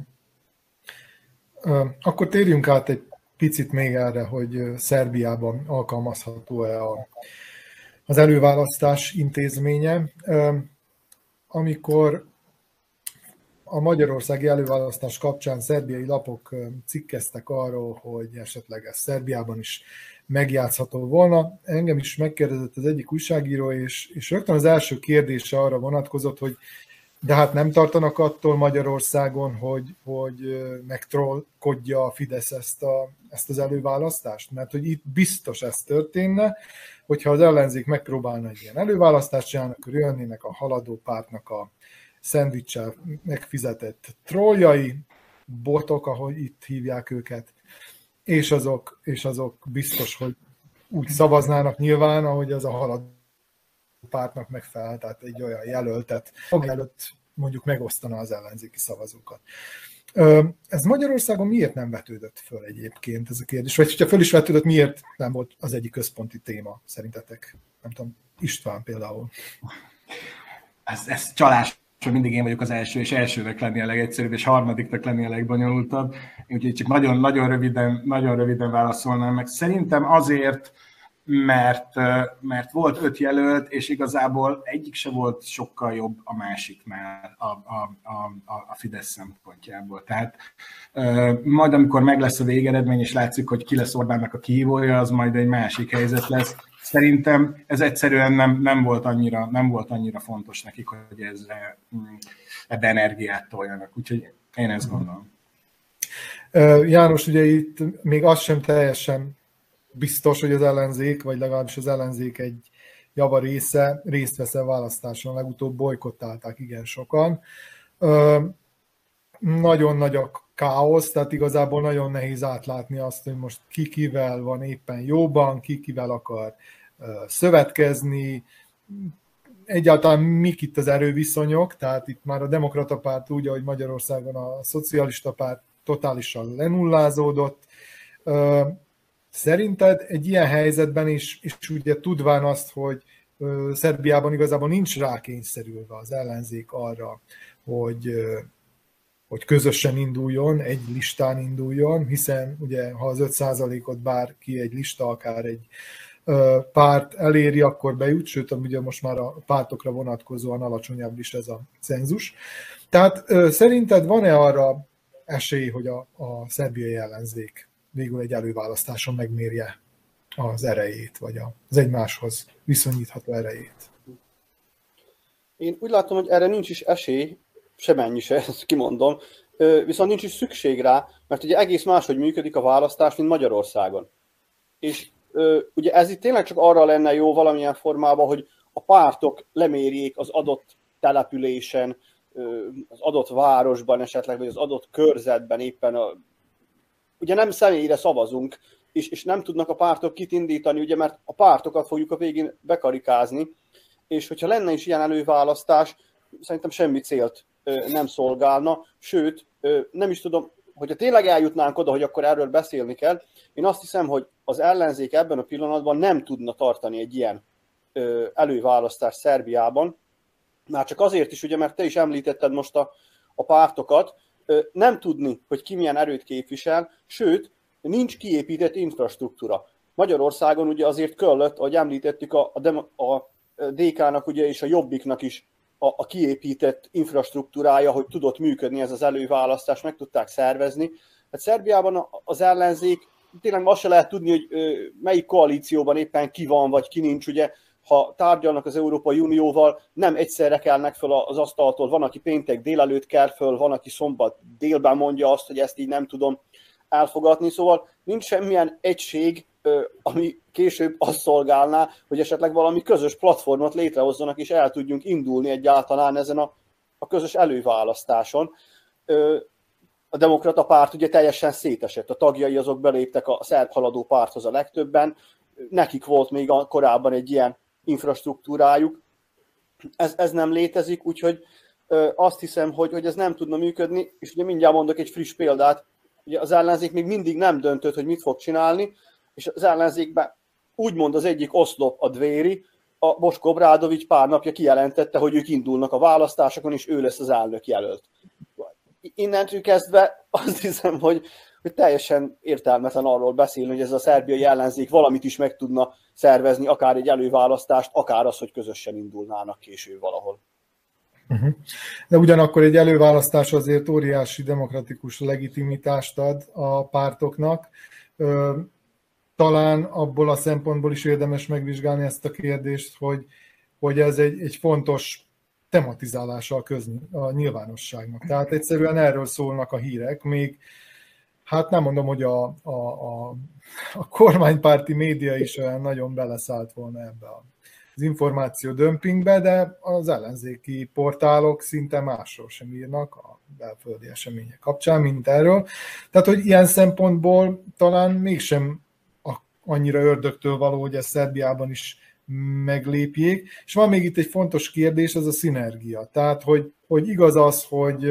Akkor térjünk át egy picit még erre, hogy Szerbiában alkalmazható-e az előválasztás intézménye. Amikor a magyarországi előválasztás kapcsán szerbiai lapok cikkeztek arról, hogy esetleg ez Szerbiában is megjátszható volna, engem is megkérdezett az egyik újságíró, és rögtön az első kérdése arra vonatkozott, hogy de hát nem tartanak attól Magyarországon, hogy megtrollkodja a Fidesz ezt az előválasztást? Mert hogy itt biztos ez történne, hogyha az ellenzék megpróbálna egy ilyen előválasztást csinálni, akkor jönnének a haladó pártnak a szendvicsel megfizetett trolljai, botok, ahogy itt hívják őket, és azok biztos, hogy úgy szavaznának nyilván, ahogy az a haladó pártnak megfelel, tehát egy olyan jelöltet, előtt mondjuk megosztana az ellenzéki szavazókat. Ez Magyarországon miért nem vetődött föl egyébként ez a kérdés? Vagy hogyha föl is vetődött, miért nem volt az egyik központi téma szerintetek? Nem tudom, István például. Ez csalás, hogy mindig én vagyok az első, és elsőnek lenni a legegyszerűbb, és harmadiknak lenni a legbonyolultabb. Úgyhogy csak nagyon röviden válaszolnám meg. Szerintem azért, mert volt 5 jelölt, és igazából egyik se volt sokkal jobb a másiknál a Fidesz szempontjából. Tehát majd amikor meg lesz a végeredmény, és látszik, hogy ki lesz Orbánnak a kihívója, az majd egy másik helyzet lesz. Szerintem ez egyszerűen nem volt annyira fontos nekik, hogy ebbe energiát toljanak. Úgyhogy én ezt gondolom. János, ugye itt még az sem teljesen biztos, hogy az ellenzék, vagy legalábbis az ellenzék egy java része részt vesz a választáson, legutóbb bojkottálták igen sokan. Nagyon nagy a káosz, tehát igazából nagyon nehéz átlátni azt, hogy most ki kivel van éppen jóban, ki kivel akar szövetkezni, egyáltalán mik itt az erőviszonyok, tehát itt már a demokrata párt úgy, ahogy Magyarországon a szocialista párt totálisan lenullázódott. Szerinted egy ilyen helyzetben is, és ugye tudván azt, hogy Szerbiában igazából nincs rákényszerülve az ellenzék arra, hogy közösen induljon, egy listán induljon, hiszen ugye ha az 5%-ot bárki egy lista, akár egy párt eléri, akkor bejut, sőt, ugye most már a pártokra vonatkozóan alacsonyabb is ez a cenzus. Tehát szerinted van-e arra esély, hogy a szerbiai ellenzék végül egy előválasztáson megmérje az erejét, vagy az egymáshoz viszonyítható erejét? Én úgy látom, hogy erre nincs is esély, semennyi se, ezt kimondom, viszont nincs is szükség rá, mert ugye egész máshogy működik a választás, mint Magyarországon. És ugye ez itt tényleg csak arra lenne jó valamilyen formában, hogy a pártok lemérjék az adott településen, az adott városban esetleg, vagy az adott körzetben éppen ugye nem személyre szavazunk, és nem tudnak a pártok kit indítani, ugye, mert a pártokat fogjuk a végén bekarikázni, és hogyha lenne is ilyen előválasztás, szerintem semmi célt nem szolgálna, sőt, nem is tudom, hogyha tényleg eljutnánk oda, hogy akkor erről beszélni kell, én azt hiszem, hogy az ellenzék ebben a pillanatban nem tudna tartani egy ilyen előválasztást Szerbiában, Már csak azért is, ugye, mert te is említetted most a pártokat, nem tudni, hogy ki milyen erőt képvisel, sőt, nincs kiépített infrastruktúra. Magyarországon ugye azért kellett, ahogy említettük, a DK-nak ugye, és a Jobbiknak is a kiépített infrastruktúrája, hogy tudott működni ez az előválasztás, meg tudták szervezni. Hát Szerbiában az ellenzék, tényleg azt se lehet tudni, hogy melyik koalícióban éppen ki van, vagy ki nincs, ugye, ha tárgyalnak az Európai Unióval, nem egyszerre kelnek föl az asztaltól, van, aki péntek délelőtt kell föl, van, aki szombat délben mondja azt, hogy ezt így nem tudom elfogadni, szóval nincs semmilyen egység, ami később azt szolgálná, hogy esetleg valami közös platformot létrehozzanak, és el tudjunk indulni egyáltalán ezen a közös előválasztáson. A Demokrata Párt ugye teljesen szétesett, a tagjai azok beléptek a szerb haladó párthoz a legtöbben, nekik volt még korábban egy ilyen infrastruktúrájuk, ez nem létezik, úgyhogy azt hiszem, hogy ez nem tudna működni, és ugye mindjárt mondok egy friss példát, ugye az ellenzék még mindig nem döntött, hogy mit fog csinálni, és az ellenzékben úgymond az egyik oszlop a Dvéri, a Boško Obradović pár napja kijelentette, hogy ők indulnak a választásokon, és ő lesz az elnök jelölt. Innentől kezdve azt hiszem, hogy teljesen értelmetlen arról beszélni, hogy ez a szerbiai ellenzék valamit is meg tudna szervezni, akár egy előválasztást, akár az, hogy közösen indulnának később valahol. De ugyanakkor egy előválasztás azért óriási demokratikus legitimitást ad a pártoknak. Talán abból a szempontból is érdemes megvizsgálni ezt a kérdést, hogy ez egy fontos tematizálása a nyilvánosságnak. Tehát egyszerűen erről szólnak a hírek, még hát nem mondom, hogy a kormánypárti média is olyan nagyon beleszállt volna ebbe az információ dömpingbe, de az ellenzéki portálok szinte másról sem írnak a belföldi események kapcsán, mint erről. Tehát, hogy ilyen szempontból talán mégsem annyira ördögtől való, hogy ezt Szerbiában is meglépjék. És van még itt egy fontos kérdés, az a szinergia. Tehát, hogy igaz az, hogy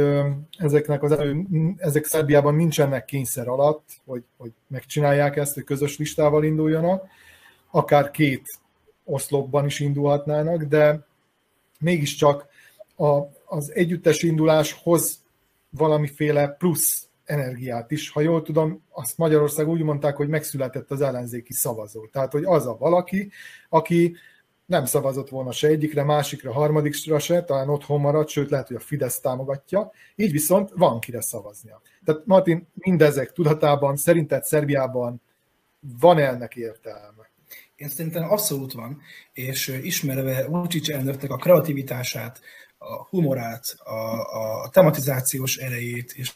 ezek Szerbiában nincsenek kényszer alatt, hogy megcsinálják ezt, hogy közös listával induljanak, akár két oszlopban is indulhatnának, de mégiscsak az együttes indulás hoz valamiféle plusz energiát is. Ha jól tudom, azt Magyarország úgy mondták, hogy megszületett az ellenzéki szavazó. Tehát, hogy az a valaki, aki nem szavazott volna se egyikre, másikra, harmadikra se, talán otthon maradt, sőt lehet, hogy a Fidesz támogatja, így viszont van kire szavaznia. Tehát Martin, mindezek tudatában szerinted Szerbiában van ennek értelme? Én szerintem abszolút van, és ismerve Vučić elnöknek a kreativitását, a humorát, a tematizációs erejét, és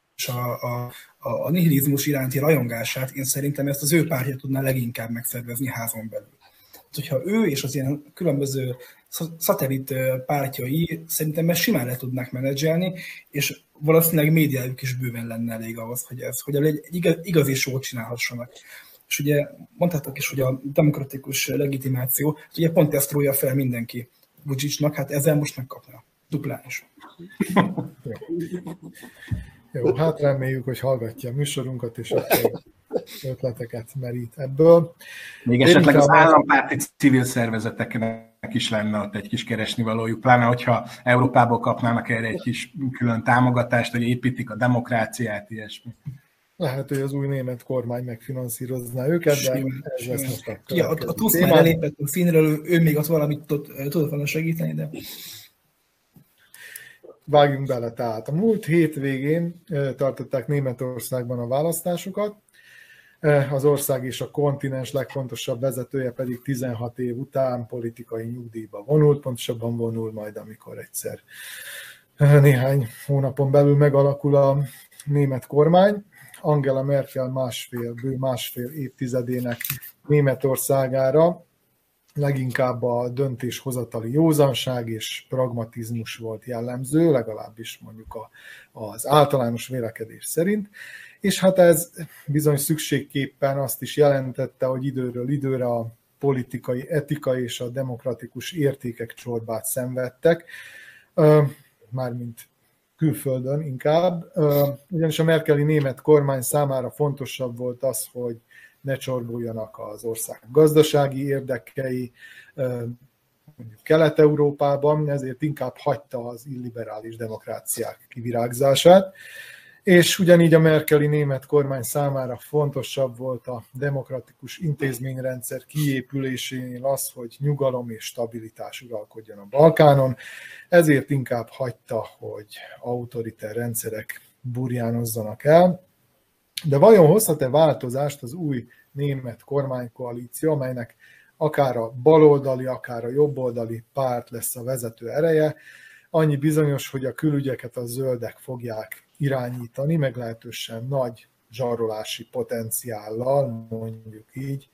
a nihilizmus iránti rajongását, én szerintem ezt az ő pártja tudná leginkább megszervezni házon belül. Hogyha ő és az ilyen különböző szatellit pártjai szerintem ezt simán le tudnák menedzselni, és valószínűleg médiájuk is bőven lenne elég ahhoz, hogy egy igazi sót csinálhassanak. És ugye mondhatok is, hogy a demokratikus legitimáció, ugye pont ezt rója fel mindenki Vučićnak, hát ezzel most megkapna. Duplán is. Jó, hát reméljük, hogy hallgatja a műsorunkat, és akkor ötleteket merít ebből. Még esetleg az állampárti civil szervezeteknek is lenne ott egy kis keresnivalójuk, pláne hogyha Európából kapnának erre egy kis külön támogatást, hogy építik a demokráciát, ilyesmi. Lehet, hogy az új német kormány megfinanszírozná őket, de ez lesz most a Tusk már elépett a színről, ő még azt valamit tudott volna segíteni, de... Vágjunk bele, tehát a múlt hétvégén tartották Németországban a választásokat, az ország és a kontinens legfontosabb vezetője pedig 16 év után politikai nyugdíjba vonult, pontosabban vonul majd, amikor egyszer néhány hónapon belül megalakul a német kormány. Angela Merkel bő másfél évtizedének Németországára leginkább a döntéshozatali józanság és pragmatizmus volt jellemző, legalábbis mondjuk az általános vélekedés szerint, és hát ez bizony szükségképpen azt is jelentette, hogy időről időre a politikai etika és a demokratikus értékek csorbát szenvedtek, mármint külföldön inkább, ugyanis a merkeli német kormány számára fontosabb volt az, hogy ne csorbuljanak az ország gazdasági érdekei, mondjuk Kelet-Európában, ezért inkább hagyta az illiberális demokráciák kivirágzását, és ugyanígy a merkeli német kormány számára fontosabb volt a demokratikus intézményrendszer kiépülésénél az, hogy nyugalom és stabilitás uralkodjon a Balkánon, ezért inkább hagyta, hogy autoriter rendszerek burjánozzanak el. De vajon hozhat-e változást az új német kormánykoalíció, amelynek akár a baloldali, akár a jobboldali párt lesz a vezető ereje? Annyi bizonyos, hogy a külügyeket a zöldek fogják irányítani, meglehetősen nagy zsarolási potenciállal, mondjuk így.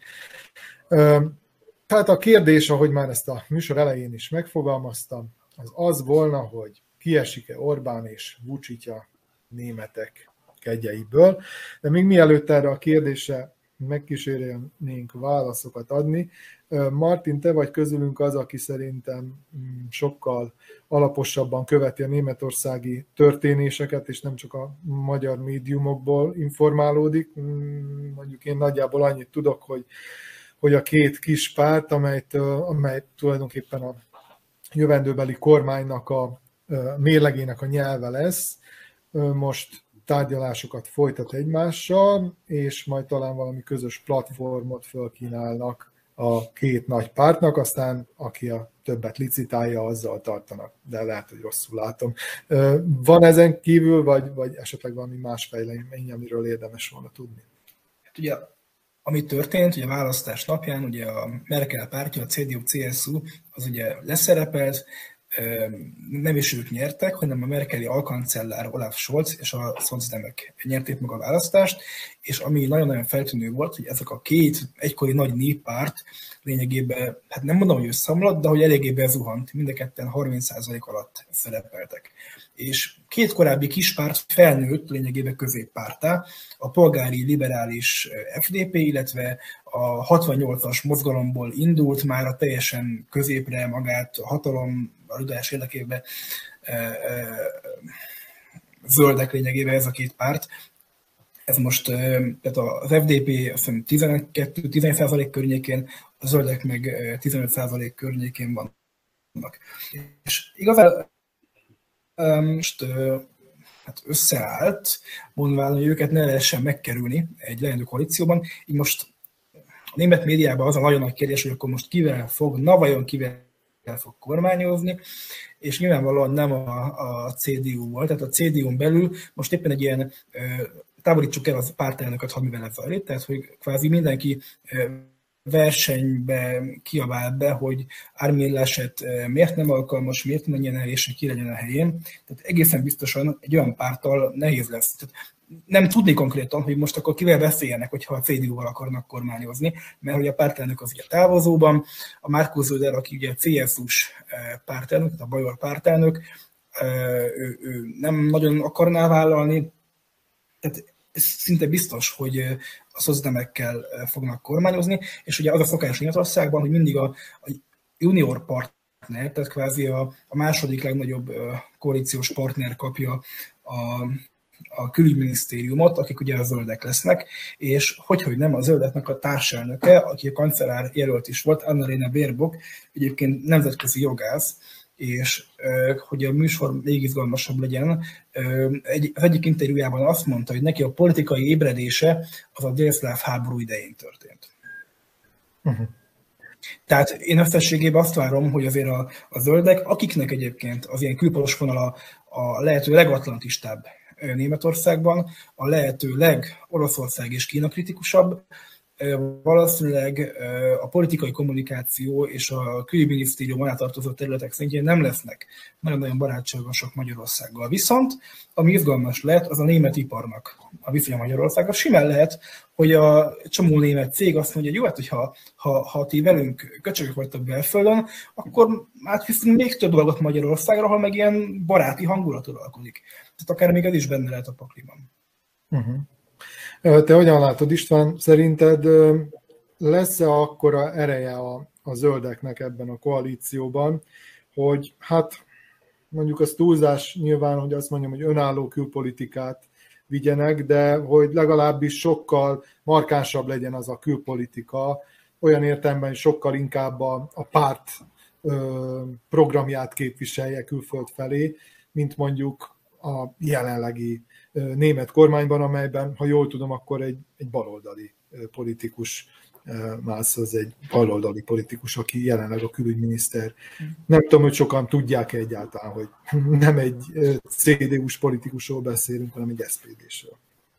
Tehát a kérdés, ahogy már ezt a műsor elején is megfogalmaztam, az volna, hogy kiesik-e Orbán és Vučić a németek kegyeiből. De még mielőtt erre a kérdésre megkísérelnénk válaszokat adni, Martin, te vagy közülünk az, aki szerintem sokkal alaposabban követi a németországi történéseket, és nem csak a magyar médiumokból informálódik. Mondjuk én nagyjából annyit tudok, hogy a két kis párt, amely tulajdonképpen a jövendőbeli kormánynak a mérlegének a nyelve lesz, most tárgyalásokat folytat egymással, és majd talán valami közös platformot fölkínálnak a két nagy pártnak, aztán aki a többet licitálja, azzal tartanak, de lehet, hogy rosszul látom. Van ezen kívül, vagy esetleg valami más fejlemény, amiről érdemes volna tudni? Hát ugye, ami történt, ugye a választás napján, ugye a Merkel pártja, a CDU-CSU, az ugye leszerepelt, nem is ők nyertek, hanem a merkeli alkancellár Olaf Scholz és a szocdemek nyerték meg a választást, és ami nagyon-nagyon feltűnő volt, hogy ezek a két egykori nagy néppárt lényegében, hát nem mondom, hogy összeomlott, de hogy eléggé bezuhant, mind a ketten 30% alatt szerepeltek. És két korábbi kispárt felnőtt lényegében középpárttá, a polgári liberális FDP, illetve a 68-as mozgalomból indult már a teljesen középre magát a hatalom rudás érdekében zöldek lényegében ez a két párt. Ez most, tehát az FDP azt hiszem 12-11% környékén, a zöldek meg 15% környékén vannak. És igazából most hát összeállt, mondván, hogy őket ne lehessen megkerülni egy leendő koalícióban. Így most a német médiában az a nagyon nagy kérdés, hogy akkor most vajon kivel fog kormányozni, és nyilvánvalóan nem a CDU-val, tehát a CDU-n belül most éppen egy ilyen távolítsuk el az pártelnököt, ha mivel ez zajlik, tehát hogy kvázi mindenki versenybe kiabál be, hogy Armin Laschet miért nem alkalmas, miért nem menjen el, és ki legyen a helyén. Tehát egészen biztosan egy olyan párttal nehéz lesz. Tehát nem tudni konkrétan, hogy most akkor kivel beszéljenek, hogyha a CDU-val akarnak kormányozni, mert hogy a pártelnök az ugye távozóban, a Markus Söder, aki ugye a CSU-s pártelnök, a bajor pártelnök, ő nem nagyon akarná vállalni, tehát ez szinte biztos, hogy a szocdemekkel fognak kormányozni, és ugye az a szokás Németországban, hogy mindig a junior partner, tehát kvázi a második legnagyobb koalíciós partner kapja a külügyminisztériumot, akik ugye a zöldek lesznek, és hogy nem a zöldeknek a társelnöke, aki a kancellár jelölt is volt, Annalena Baerbock, egyébként nemzetközi jogász, és hogy a műsor még izgalmasabb legyen, az egyik interjújában azt mondta, hogy neki a politikai ébredése az a délszláv háború idején történt. Uh-huh. Tehát én összességében azt várom, hogy azért a zöldek, akiknek egyébként az ilyen külpolos vonal a lehető legatlantistább Németországban, a lehető legoroszország és Kína kritikusabb, valószínűleg a politikai kommunikáció és a külügyminisztérium alá tartozó területek szintjén nem lesznek nagyon-nagyon barátságosak Magyarországgal. Viszont, ami izgalmas lehet, az a német iparnak a viszonya Magyarországra. Simán lehet, hogy a csomó német cég azt mondja, hogy jó, hát, hogyha ha ti velünk köcsögök vagytok belföldön, akkor átviszünk még több dolgot Magyarországra, ahol meg ilyen baráti hangulat uralkodik. Tehát akár még ez is benne lehet a pakliban. Uh-huh. Te hogyan látod, István, szerinted lesz-e akkora ereje a zöldeknek ebben a koalícióban, hogy hát mondjuk az túlzás nyilván, hogy azt mondjam, hogy önálló külpolitikát vigyenek, de hogy legalábbis sokkal markánsabb legyen az a külpolitika, olyan értelemben, hogy sokkal inkább a párt programját képviselje külföld felé, mint mondjuk a jelenlegi német kormányban, amelyben, ha jól tudom, akkor egy baloldali politikus, Maasz az egy baloldali politikus, aki jelenleg a külügyminiszter. Nem tudom, hogy sokan tudják egyáltalán, hogy nem egy CDU-s politikusról beszélünk, hanem egy SPD-sről.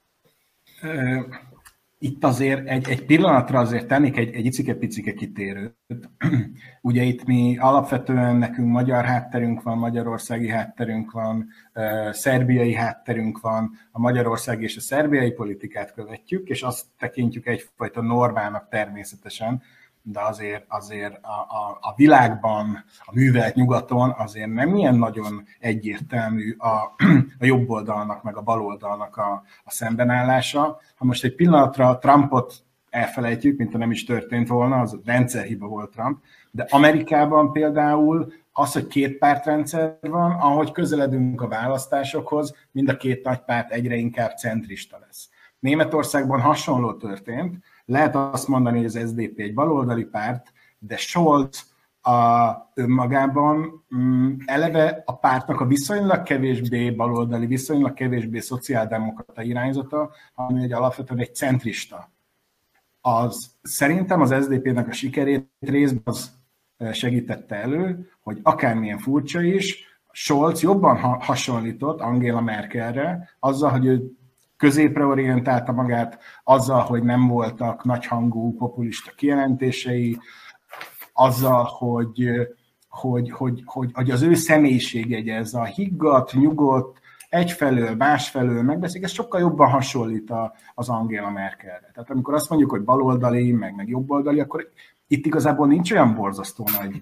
Itt azért egy pillanatra azért tennék egy icike-picike kitérőt. Ugye itt mi alapvetően nekünk magyar hátterünk van, magyarországi hátterünk van, szerbiai hátterünk van, a magyarországi és a szerbiai politikát követjük, és azt tekintjük egyfajta normának természetesen, de azért a világban, a művelt nyugaton azért nem ilyen nagyon egyértelmű a jobb oldalnak, meg a bal oldalnak a szembenállása. Ha most egy pillanatra Trumpot elfelejtjük, mint ha nem is történt volna, az rendszerhiba volt Trump, de Amerikában például az, hogy két pártrendszer van, ahogy közeledünk a választásokhoz, mind a két nagy párt egyre inkább centrista lesz. Németországban hasonló történt, lehet azt mondani, hogy az SDP egy baloldali párt, de Scholz önmagában eleve a pártnak a viszonylag kevésbé baloldali, viszonylag kevésbé szociáldemokrata irányzata, ami egy alapvetően egy centrista. Szerintem az SDP-nek a sikerét részben az segítette elő, hogy akármilyen furcsa is, Scholz jobban hasonlított Angela Merkelre, azzal, hogy ő középre orientálta magát, azzal, hogy nem voltak nagyhangú populista kijelentései, azzal, hogy az ő személyisége, ez a higgadt, nyugodt, egyfelől, másfelől megbeszélik, ez sokkal jobban hasonlít az Angela Merkelre. Tehát amikor azt mondjuk, hogy baloldali, meg jobboldali, akkor itt igazából nincs olyan borzasztó nagy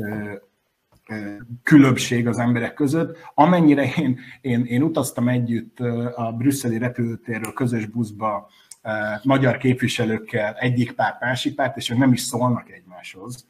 különbség az emberek között. Amennyire én utaztam együtt a brüsszeli repülőtérről közös buszba magyar képviselőkkel, egyik párt, másik párt, és ők nem is szólnak egymáshoz.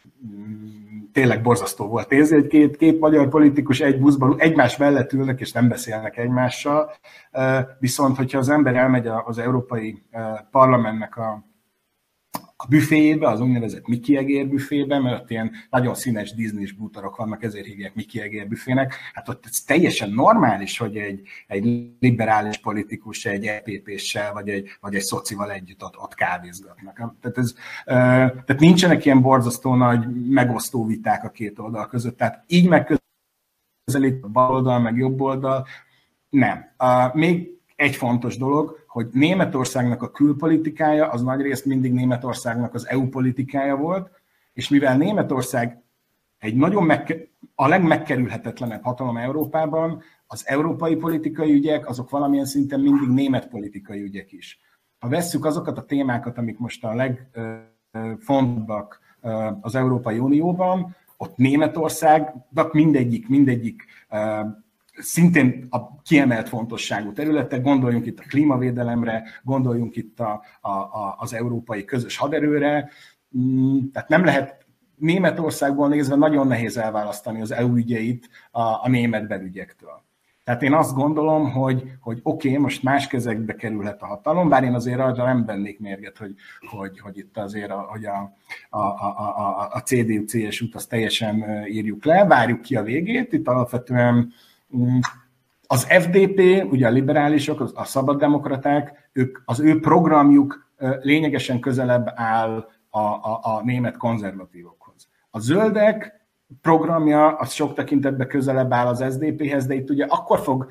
Tényleg borzasztó volt nézni, hogy két magyar politikus egy buszban egymás mellett ülnek, és nem beszélnek egymással. Viszont, hogyha az ember elmegy az Európai Parlamentnek a büféjébe, az úgynevezett Mickey Egér büfébe, mert ott ilyen nagyon színes Disney-s bútorok vannak, ezért hívják Mickey Egér büfének. Hát ott ez teljesen normális, hogy egy liberális politikus egy EPP-ssel, vagy egy szocival együtt ott kávézgatnak. Tehát nincsenek ilyen borzasztó nagy megosztó viták a két oldal között. Tehát így megközelít a bal oldal, meg jobb oldal. Nem. Még egy fontos dolog, hogy Németországnak a külpolitikája az nagyrészt mindig Németországnak az EU politikája volt, és mivel Németország egy a legmegkerülhetetlenebb hatalom Európában, az európai politikai ügyek, azok valamilyen szinten mindig német politikai ügyek is. Ha vesszük azokat a témákat, amik most a legfontosabbak az Európai Unióban, ott Németországnak mindegyik szintén a kiemelt fontosságú területek, gondoljunk itt a klímavédelemre, gondoljunk itt az európai közös haderőre, tehát nem lehet Németországból nézve nagyon nehéz elválasztani az EU ügyeit a német belügyektől. Tehát én azt gondolom, hogy oké, most más kezekbe kerülhet a hatalom, bár én azért arra nem vennék mérget, hogy itt azért hogy a CDU-CSU-t azt teljesen írjuk le, várjuk ki a végét, itt alapvetően az FDP, ugye a liberálisok, a szabaddemokraták, az ő programjuk lényegesen közelebb áll a német konzervatívokhoz. A zöldek programja az sok tekintetben közelebb áll az SDP-hez, de itt ugye akkor fog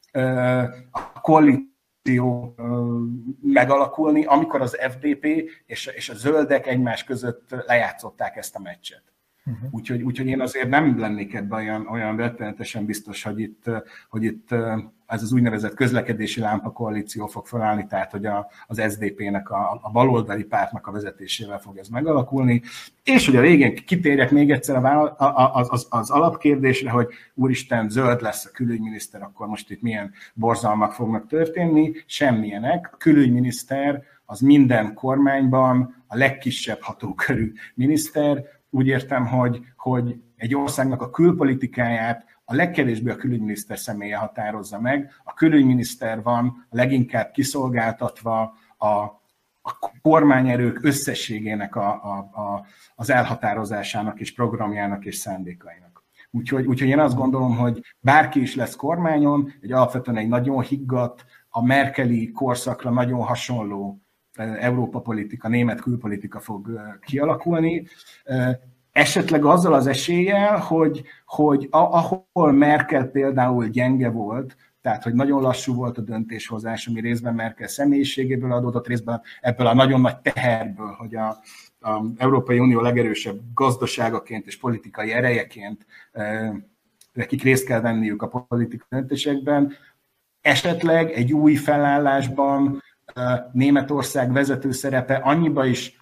a koalíció megalakulni, amikor az FDP és a zöldek egymás között lejátszották ezt a meccset. Úgyhogy én azért nem lennék ebben olyan rettenetesen biztos, hogy itt ez az úgynevezett közlekedési lámpa koalíció fog felállni, tehát hogy az SDP-nek, a baloldali pártnak a vezetésével fog ez megalakulni, és hogy a végén kitérjek még egyszer az alapkérdésre, hogy úristen, zöld lesz a külügyminiszter, akkor most itt milyen borzalmak fognak történni, semmilyenek. A külügyminiszter az minden kormányban a legkisebb hatókörű miniszter. Úgy értem, hogy egy országnak a külpolitikáját a legkevésbé a külügyminiszter személye határozza meg. A külügyminiszter van a leginkább kiszolgáltatva a a kormányerők összességének az elhatározásának és programjának és szándékainak. Úgyhogy én azt gondolom, hogy bárki is lesz kormányon, alapvetően egy nagyon higgadt, a merkeli korszakra nagyon hasonló Európa politika, német külpolitika fog kialakulni, esetleg azzal az eséllyel, hogy ahol Merkel például gyenge volt, tehát hogy nagyon lassú volt a döntéshozás, ami részben Merkel személyiségéből adódott, részben ebből a nagyon nagy teherből, hogy az Európai Unió legerősebb gazdaságaként és politikai erejeként nekik részt kell venniük a politikai döntésekben, esetleg egy új felállásban Németország vezető szerepe annyiba is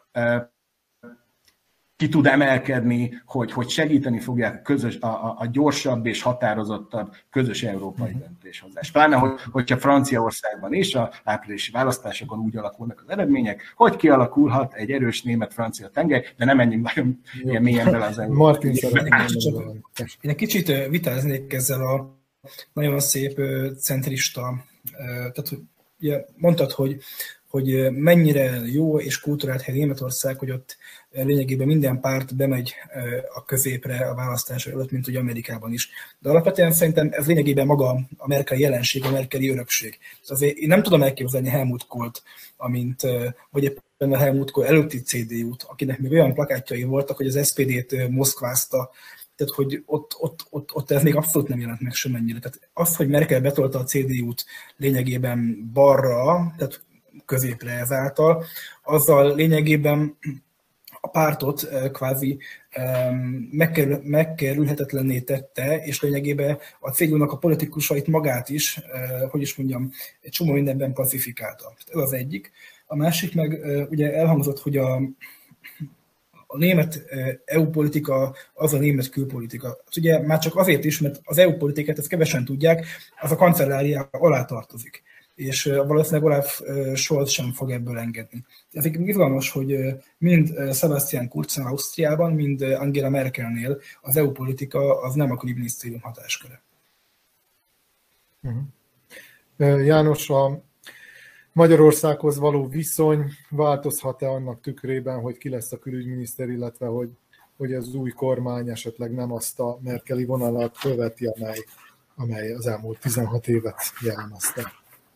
ki tud emelkedni, hogy segíteni fogják a gyorsabb és határozottabb közös európai döntéshozás. Pláne, hogyha Franciaországban is a áprilisi választásokon úgy alakulnak az eredmények, hogy kialakulhat egy erős német-francia tengely, de nem menjünk nagyon ilyen mélyen bele az Martin, én egy kicsit vitáznék ezzel a nagyon szép centrista, tehát ugye mondtad, hogy mennyire jó és kultúrált hely Németország, hogy ott lényegében minden párt bemegy a középre a választások előtt, mint ugye Amerikában is. De alapvetően szerintem ez lényegében maga a merkeli jelenség, a merkeli örökség. Azért én nem tudom elképzelni Helmut Kohlt, vagy éppen a Helmut Kohl előtti CDU-t, akinek még olyan plakátjai voltak, hogy az SPD-t moszkvázta, tehát hogy ott ez még abszolút nem jelent meg semennyire. Tehát az, hogy Merkel betolta a CDU-t lényegében balra, tehát középre ezáltal, azzal lényegében a pártot kvázi megkerülhetetlenné tette, és lényegében a CDU-nak a politikusait magát is, hogy is mondjam, egy csomó mindenben pacifikálta. Ez az egyik. A másik meg ugye elhangzott, hogy a német EU politika az a német külpolitika. Ez ugye már csak azért is, mert az EU politikát, ezt kevesen tudják, az a kancellária alá tartozik. És valószínűleg Olaf Scholz sem fog ebből engedni. Ez izgalmas, hogy mind Sebastian Kurzen Ausztriában, mind Angela Merkelnél az EU politika az nem a külügyminisztérium hatásköre. János, a Magyarországhoz való viszony változhat-e annak tükrében, hogy ki lesz a külügyminiszter, illetve hogy az új kormány esetleg nem azt a merkeli vonalat követi, amely az elmúlt 16 évet jellemezte?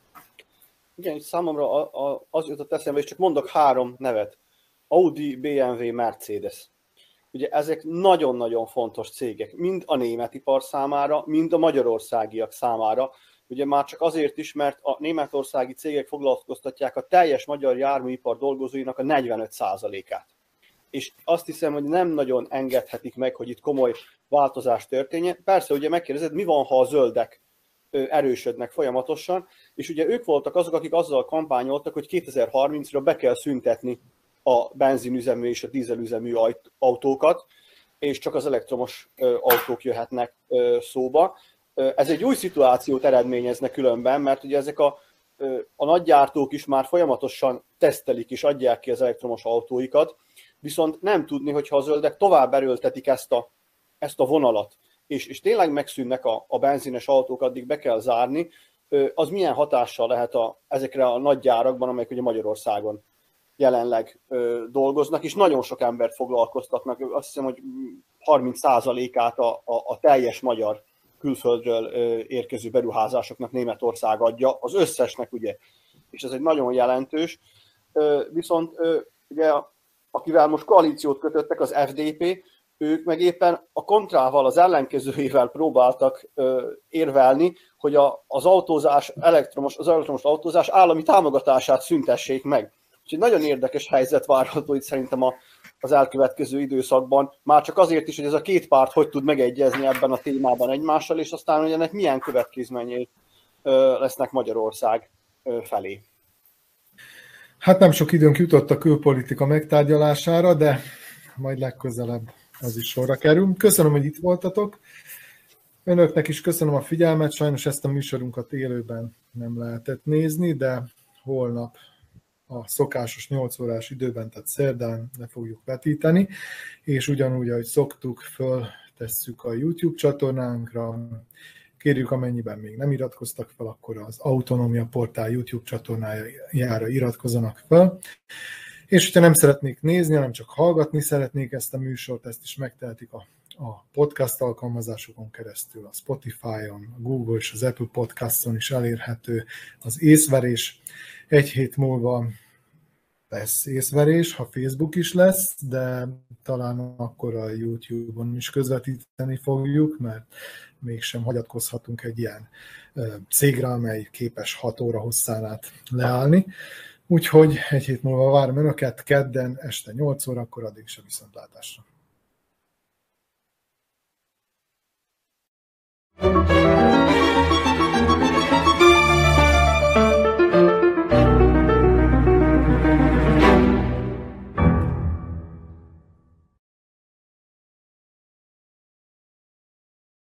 Igen, számomra az jutott eszembe, és csak mondok 3 nevet. Audi, BMW, Mercedes. Ugye ezek nagyon-nagyon fontos cégek, mind a német ipar számára, mind a magyarországiak számára. Ugye már csak azért is, mert a németországi cégek foglalkoztatják a teljes magyar járműipar dolgozóinak a 45%-át. És azt hiszem, hogy nem nagyon engedhetik meg, hogy itt komoly változás történjen. Persze, ugye megkérdezed, mi van, ha a zöldek erősödnek folyamatosan, és ugye ők voltak azok, akik azzal kampányoltak, hogy 2030-ra be kell szüntetni a benzinüzemű és a dízelüzemű autókat, és csak az elektromos autók jöhetnek szóba. Ez egy új szituációt eredményezne különben, mert ugye ezek a nagygyártók is már folyamatosan tesztelik és adják ki az elektromos autóikat, viszont nem tudni, hogyha a zöldek tovább erőltetik ezt a vonalat, és tényleg megszűnnek a benzines autók, addig be kell zárni, az milyen hatással lehet ezekre a nagy gyárakban, amelyek ugye Magyarországon jelenleg dolgoznak, és nagyon sok embert foglalkoztatnak, azt hiszem, hogy 30%-át a teljes magyar külföldről érkező beruházásoknak Németország adja, az összesnek ugye, és ez egy nagyon jelentős. Viszont ugye akivel most koalíciót kötöttek, az FDP, ők meg éppen a kontrával, az ellenkezőjével próbáltak érvelni, hogy az elektromos autózás állami támogatását szüntessék meg. Úgyhogy nagyon érdekes helyzet várható itt szerintem az elkövetkező időszakban, már csak azért is, hogy ez a két párt hogy tud megegyezni ebben a témában egymással, és aztán, hogy ennek milyen következményei lesznek Magyarország felé. Hát nem sok időnk jutott a külpolitika megtárgyalására, de majd legközelebb az is sorra kerül. Köszönöm, hogy itt voltatok. Önöknek is köszönöm a figyelmet, sajnos ezt a műsorunkat élőben nem lehetett nézni, de holnap a szokásos 8 órás időben, tehát szerdán le fogjuk vetíteni, és ugyanúgy, ahogy szoktuk, föltesszük a YouTube csatornánkra, Kérjük, amennyiben még nem iratkoztak fel, akkor az Autonómia Portál YouTube csatornájára iratkozzanak fel. És hogyha nem szeretnék nézni, hanem csak hallgatni szeretnék ezt a műsort, ezt is megtehetik a podcast alkalmazásokon keresztül, a Spotify-on, a Google és az Apple Podcaston is elérhető az észverés. Egy hét múlva lesz észverés, ha Facebook is lesz, de talán akkor a YouTube-on is közvetíteni fogjuk, mert mégsem hagyatkozhatunk egy ilyen cégre, amely képes 6 óra hosszán át leállni. Úgyhogy egy hét múlva várom Önöket, kedden este 8 órakor, addig se viszontlátásra.